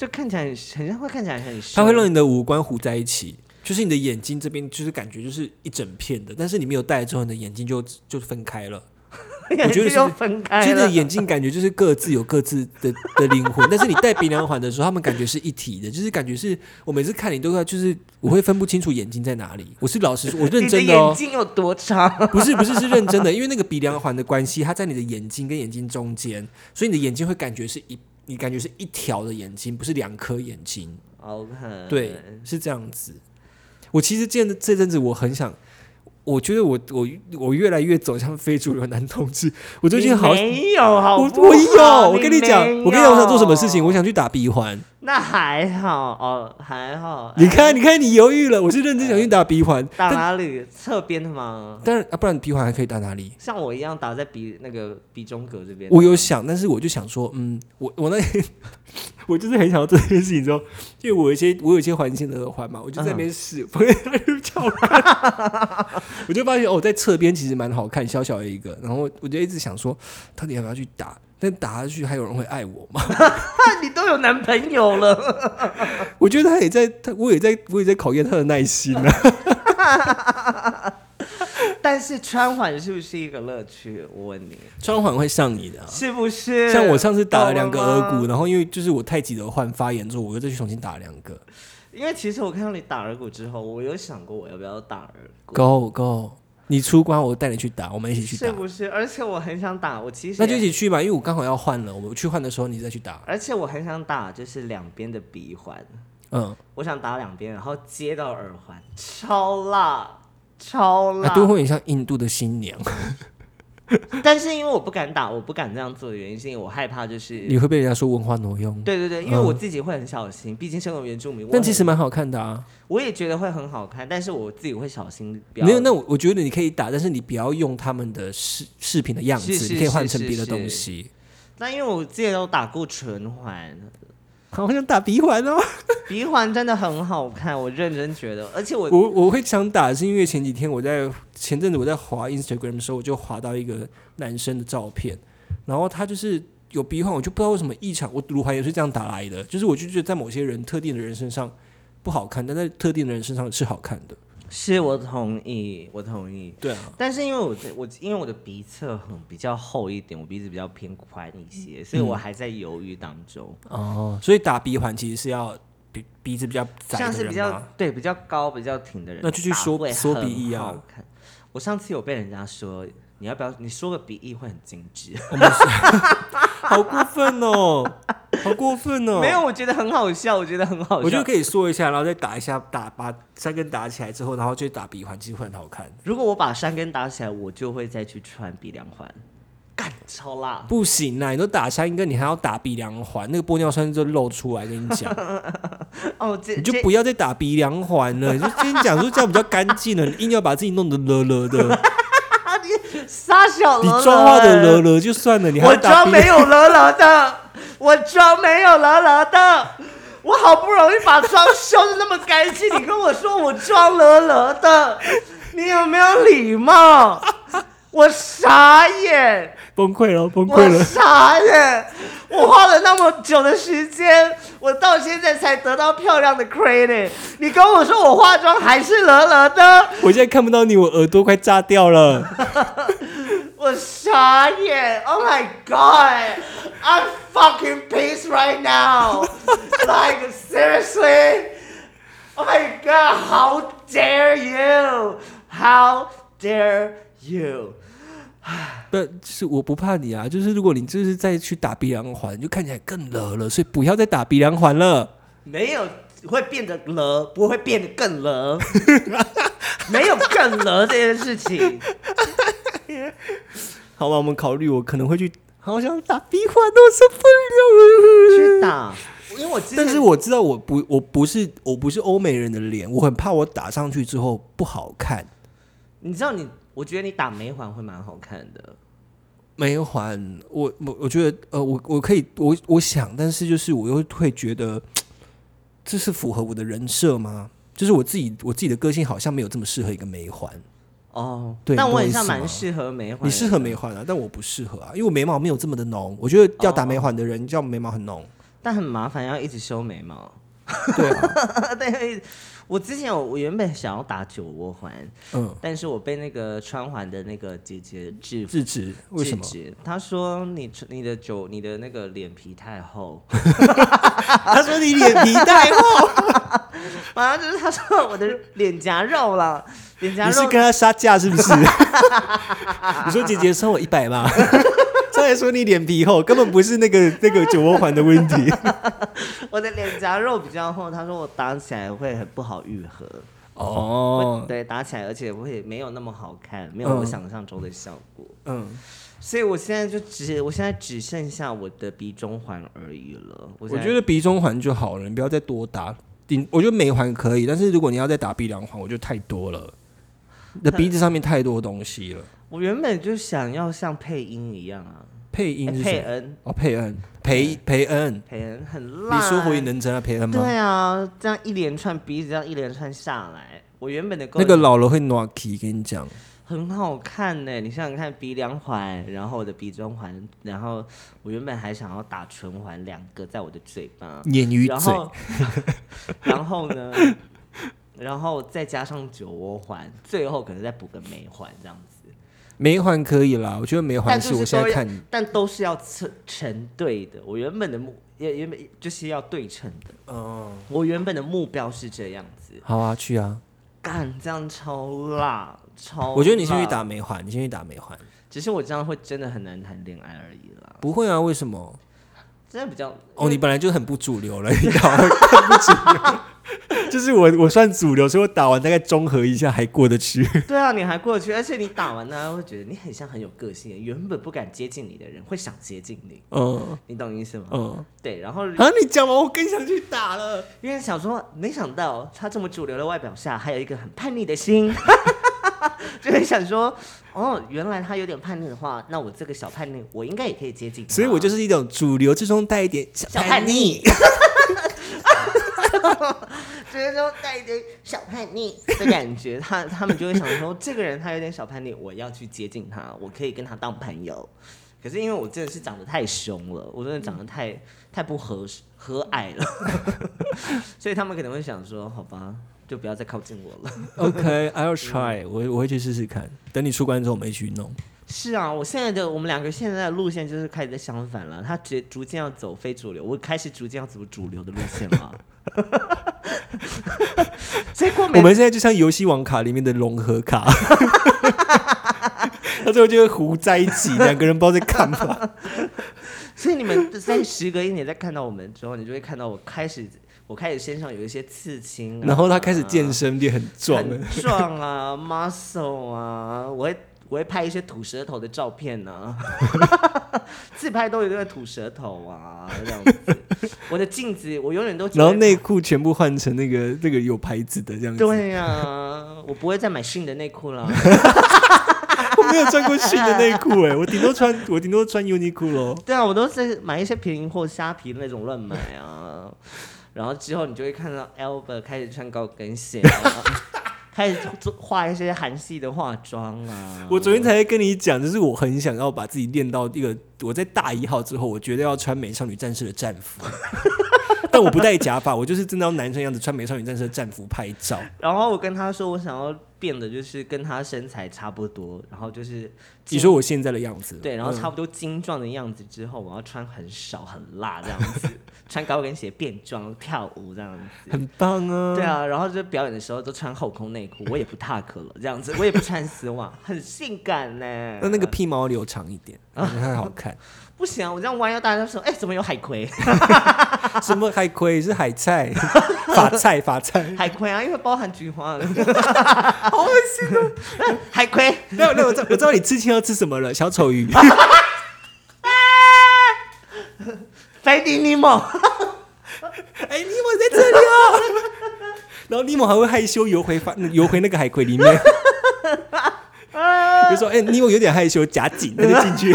[SPEAKER 3] 就看起来很像会看起来很深，
[SPEAKER 1] 它会让你的五官糊在一起，就是你的眼睛这边就是感觉就是一整片的，但是你没有戴之后，你的眼睛就分开了。我觉得是
[SPEAKER 3] 分开了，
[SPEAKER 1] 就是眼睛感觉就是各自有各自的灵魂，但是你戴鼻梁环的时候，他们感觉是一体的，就是感觉是我每次看你都要，就是我会分不清楚眼睛在哪里。我是老实说，我认真的哦。
[SPEAKER 3] 你的眼睛有多长？
[SPEAKER 1] 不是是认真的，因为那个鼻梁环的关系，它在你的眼睛跟眼睛中间，所以你的眼睛会感觉是你感觉是一条的眼睛，不是2颗眼睛。
[SPEAKER 3] OK，
[SPEAKER 1] 对，是这样子。我其实这阵子我很想。我觉得我越来越走向非主流男同志，我最近好
[SPEAKER 3] 没有好不好，
[SPEAKER 1] 我有，我跟你讲，我想做什么事情，我想去打鼻环。
[SPEAKER 3] 那还好哦，还好。
[SPEAKER 1] 你看你犹豫了，我是认真想去打鼻环。
[SPEAKER 3] 打哪里？侧边的吗？
[SPEAKER 1] 当然不然鼻环还可以打哪里？
[SPEAKER 3] 像我一样打在那个鼻中隔这边。
[SPEAKER 1] 我有想，但是我就想说，我那天我就是很想要做这件事情之后，因为我有一些环形的耳环嘛，我就在那边试，他就叫我看，我就发现在侧边其实蛮好看，小小的一个，然后我就一直想说，到底要不要去打？但打下去还有人会爱我吗？
[SPEAKER 3] 你都有男朋友了，
[SPEAKER 1] 我觉得我也在考验他的耐心啊。
[SPEAKER 3] 但是穿环是不是一个乐趣？我问你，
[SPEAKER 1] 穿环会上你的、
[SPEAKER 3] 是不是？
[SPEAKER 1] 像我上次打了2个耳骨，然后因为就是我太极的患发炎之后，我又再去重新打2个。
[SPEAKER 3] 因为其实我看到你打耳骨之后，我有想过我要不要打耳骨。
[SPEAKER 1] Go， 你出关我带你去打，我们一起去打，
[SPEAKER 3] 是不是？而且我很想打，我其实
[SPEAKER 1] 那就一起去吧，因为我刚好要换了，我们去换的时候你再去打。
[SPEAKER 3] 而且我很想打，就是2边的鼻环，我想打2边，然后接到耳环，超辣。
[SPEAKER 1] 都会很像印度的新娘。
[SPEAKER 3] 但是因为我不敢打，我不敢这样做的原因是因为我害怕就是
[SPEAKER 1] 你会被人家说文化挪用。
[SPEAKER 3] 对，因为我自己会很小心，毕竟身为原住民。
[SPEAKER 1] 但其实蛮好看的啊。
[SPEAKER 3] 我也觉得会很好看，但是我自己会小心。
[SPEAKER 1] 没有，那我觉得你可以打，但是你不要用他们的饰品的样子，你可以换成别的东西。
[SPEAKER 3] 那因为我之前都打过唇环。
[SPEAKER 1] 好想打鼻环哦，
[SPEAKER 3] 鼻环真的很好看，我认真觉得，而且
[SPEAKER 1] 我会想打，是因为前阵子我在滑 Instagram 的时候，我就滑到一个男生的照片，然后他就是有鼻环，我就不知道为什么异常，我乳环也是这样打来的，就是我就觉得在某些人特定的人身上不好看，但在特定的人身上是好看的。
[SPEAKER 3] 是我同意。
[SPEAKER 1] 对啊，
[SPEAKER 3] 但是因为我的鼻侧比较厚一点，我鼻子比较偏宽一些，所以我还在犹豫当中。
[SPEAKER 1] 所以打鼻环其实是要鼻子比较窄的人吗？
[SPEAKER 3] 像是比较高、比较挺的人，
[SPEAKER 1] 那就去缩鼻翼啊。
[SPEAKER 3] 我上次有被人家说，你要不要你缩个鼻翼会很精致？
[SPEAKER 1] 好过分哦！好过分哦！
[SPEAKER 3] 没有，我觉得很好笑，我觉得
[SPEAKER 1] 可以缩一下，然后再打一下，把山根打起来之后，然后就打鼻环，其实会很好看。
[SPEAKER 3] 如果我把山根打起来，我就会再去穿鼻梁环，干超辣！
[SPEAKER 1] 不行啦，你都打山根，你还要打鼻梁环，那个玻尿酸就露出来。跟你讲，你就不要再打鼻梁环了，你就跟你讲说这样比较干净了，你硬要把自己弄得勒勒的。
[SPEAKER 3] 傻小了，
[SPEAKER 1] 你妆化的勒勒就算了，你还要打
[SPEAKER 3] 我妆没有勒勒的，我妆没有勒勒的，我好不容易把妆修的那么干净，你跟我说我妆勒勒的，你有没有礼貌？我傻眼，
[SPEAKER 1] 崩溃了，
[SPEAKER 3] 我傻眼，我花了那么久的时间，我到现在才得到漂亮的 credit， 你跟我说我化妆还是勒勒的，
[SPEAKER 1] 我现在看不到你，我耳朵快炸掉了。
[SPEAKER 3] 我傻眼 ，Oh my God， I'm fucking pissed right now， like seriously，Oh my God，How dare you，How dare you。
[SPEAKER 1] 不是我不怕你啊，就是如果你就是再去打鼻梁环，就看起来更勒了，所以不要再打鼻梁环了。
[SPEAKER 3] 没有会变得勒，不会变得更勒，没有更勒这件事情。
[SPEAKER 1] 好吧，我们考虑，我可能会去，好想打鼻环，我受不了。
[SPEAKER 3] 去打，因为
[SPEAKER 1] 但是我知道我不是欧美人的脸，我很怕我打上去之后不好看。
[SPEAKER 3] 你知道我觉得你打眉环会蛮好看的。
[SPEAKER 1] 眉环，我觉得我可以我想，但是就是我又会觉得这是符合我的人设吗？就是我自己的个性好像没有这么适合一个眉环。
[SPEAKER 3] 哦，
[SPEAKER 1] 对，
[SPEAKER 3] 但我很像蛮适合眉环。
[SPEAKER 1] 你适合眉环啊，但我不适合啊，因为我眉毛没有这么的浓。我觉得要打眉环的人叫眉毛很浓。
[SPEAKER 3] 但很麻烦，要一直修眉毛。
[SPEAKER 1] 对啊，
[SPEAKER 3] 对，我之前我原本想要打酒窝环，但是我被那个穿环的那个姐姐制
[SPEAKER 1] 止，为什么？
[SPEAKER 3] 她说你的那个脸皮太厚。
[SPEAKER 1] 她说你脸皮太厚，
[SPEAKER 3] 反正就是她说我的脸颊肉了，脸颊肉。
[SPEAKER 1] 你是跟她杀价是不是？你说姐姐收我100吗？他还说你脸皮厚，根本不是那个酒窝环的问题。
[SPEAKER 3] 我的脸颊肉比较厚，他说我打起来会很不好愈合。
[SPEAKER 1] 哦，
[SPEAKER 3] 对，打起来而且会没有那么好看，没有我想象中的效果。所以我现在只剩下我的鼻中环而已了。我
[SPEAKER 1] 觉得鼻中环就好了，你不要再多打。我觉得眉环可以，但是如果你要再打鼻梁环，我觉得太多了。你的鼻子上面太多东西了。
[SPEAKER 3] 我原本就想要像配音一样啊。
[SPEAKER 1] 配音是
[SPEAKER 3] 佩恩
[SPEAKER 1] 哦，培恩
[SPEAKER 3] 很烂。
[SPEAKER 1] 你说火影忍者培恩吗？
[SPEAKER 3] 对啊，这样一连串鼻子这样一连串下来，我原本的
[SPEAKER 1] 那个老了会暖气，跟你讲，
[SPEAKER 3] 很好看呢。你想想看，鼻梁环，然后我的鼻中环，然后我原本还想要打唇环2个在我的嘴巴，
[SPEAKER 1] 眼与嘴，
[SPEAKER 3] 然后呢，然后再加上酒窝环，最后可能再补个眉环这样子。
[SPEAKER 1] 眉环可以啦，我觉得眉环是我现在看，
[SPEAKER 3] 但都是要成对的。我原本就是要对称的。我原本的目标是这样子。
[SPEAKER 1] 好啊，去啊！
[SPEAKER 3] 干，这样超辣，
[SPEAKER 1] 我觉得你先去打眉环，
[SPEAKER 3] 只是我这样会真的很难谈恋爱而已啦。
[SPEAKER 1] 不会啊，为什么？
[SPEAKER 3] 真的比较
[SPEAKER 1] 你本来就很不主流了，你打完更不主流。就是我算主流，所以我打完大概综合一下还过得去。
[SPEAKER 3] 对啊，你还过得去，而且你打完呢，会觉得你很像很有个性，原本不敢接近你的人会想接近你。你懂意思吗？对，然后
[SPEAKER 1] 你讲完我更想去打了，
[SPEAKER 3] 因为想说没想到他这么主流的外表下，还有一个很叛逆的心。就会想说，原来他有点叛逆的话，那我这个小叛逆，我应该也可以接近他。
[SPEAKER 1] 所以我就是一种主流之中带一点小叛逆。
[SPEAKER 3] 就是说带一点小叛逆的感觉，他们就会想说，这个人他有点小叛逆，我要去接近他，我可以跟他当朋友。可是因为我真的是长得太凶了，我真的长得太不和蔼了，所以他们可能会想说，好吧，就不要再靠近我了。
[SPEAKER 1] OK，I'll try，我会去试试看。等你出关之后，我们一起去弄。
[SPEAKER 3] 是啊，我们2个现在的路线就是开始在相反了。他逐渐要走非主流，我开始逐渐要走主流的路线了。所以我
[SPEAKER 1] 们现在就像游戏王卡里面的融合卡，他最后就会糊在一起，2个人不知道在干嘛。
[SPEAKER 3] 所以你们在时隔1年再看到我们之后，你就会看到我开始身上有一些刺青，
[SPEAKER 1] 然后他开始健身，变很壮
[SPEAKER 3] 啊 ，muscle 啊，我会拍一些吐舌头的照片啊，自拍都有一个吐舌头啊，这样子。我的镜子我永远都，
[SPEAKER 1] 然后内裤全部换成那个有牌子的这样子。
[SPEAKER 3] 对啊，我不会再买新的内裤了。
[SPEAKER 1] 我没有穿过新的内裤我顶多穿 Uniqlo。
[SPEAKER 3] 对啊，我都是买一些便宜货虾皮那种乱买啊。然后之后你就会看到 Albert 开始穿高跟鞋啊。开始画一些韩系的化妆啊！
[SPEAKER 1] 我昨天才跟你讲，就是我很想要把自己练到一个，我在大1号之后，我绝对要穿美少女战士的战服，但我不戴假发，我就是真的要男生样子穿美少女战士的战服拍照。
[SPEAKER 3] 然后我跟他说，我想要变得就是跟他身材差不多，然后就是
[SPEAKER 1] 你说我现在的样子，
[SPEAKER 3] 对，然后差不多精壮的样子之后，我要穿很少很辣这样子，穿高跟鞋变装跳舞这样子，
[SPEAKER 1] 很棒啊！
[SPEAKER 3] 对啊，然后就表演的时候都穿后空内裤，我也不踏可了这样子，我也不穿丝袜，很性感呢。
[SPEAKER 1] 那个屁毛留长一点，太好看。
[SPEAKER 3] 不行啊，我这样弯腰，大家说，怎么有海葵？
[SPEAKER 1] 什么海葵？是海菜，法菜，
[SPEAKER 3] 海葵啊，因为包含菊花了，
[SPEAKER 1] 好恶心啊！
[SPEAKER 3] 海葵，
[SPEAKER 1] 那我知道你之前要吃什么了，小丑鱼。
[SPEAKER 3] Finding Nemo，
[SPEAKER 1] 尼莫在这里哦。然后尼莫还会害羞游回那个海葵里面，就说尼莫有点害羞，夹紧，那就进去。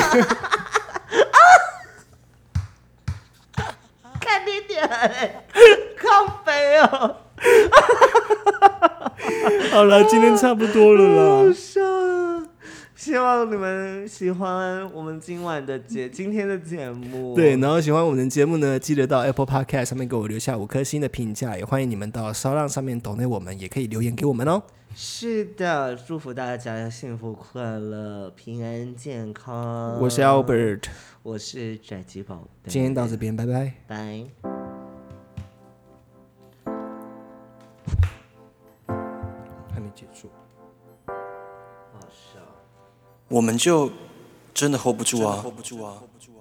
[SPEAKER 3] 看你点，靠北哦。
[SPEAKER 1] 好了，今天差不多了啦。
[SPEAKER 3] 好笑啊！ 希望你们喜欢我们今天的节目。
[SPEAKER 1] 对，然后喜欢我们的节目呢，记得到 Apple Podcast 上面给我留下5颗星的评价，也欢迎你们到SoundOn上面抖内我们，也可以留言给我们哦。
[SPEAKER 3] 是的，祝福大家幸福快乐、平安健康。
[SPEAKER 1] 我是 Albert，
[SPEAKER 3] 我是拽鸡宝贝。
[SPEAKER 1] 今天到这边，拜拜。
[SPEAKER 3] 拜。
[SPEAKER 1] 还没结束。
[SPEAKER 3] 好笑。
[SPEAKER 2] 我们就真的 hold 不住啊！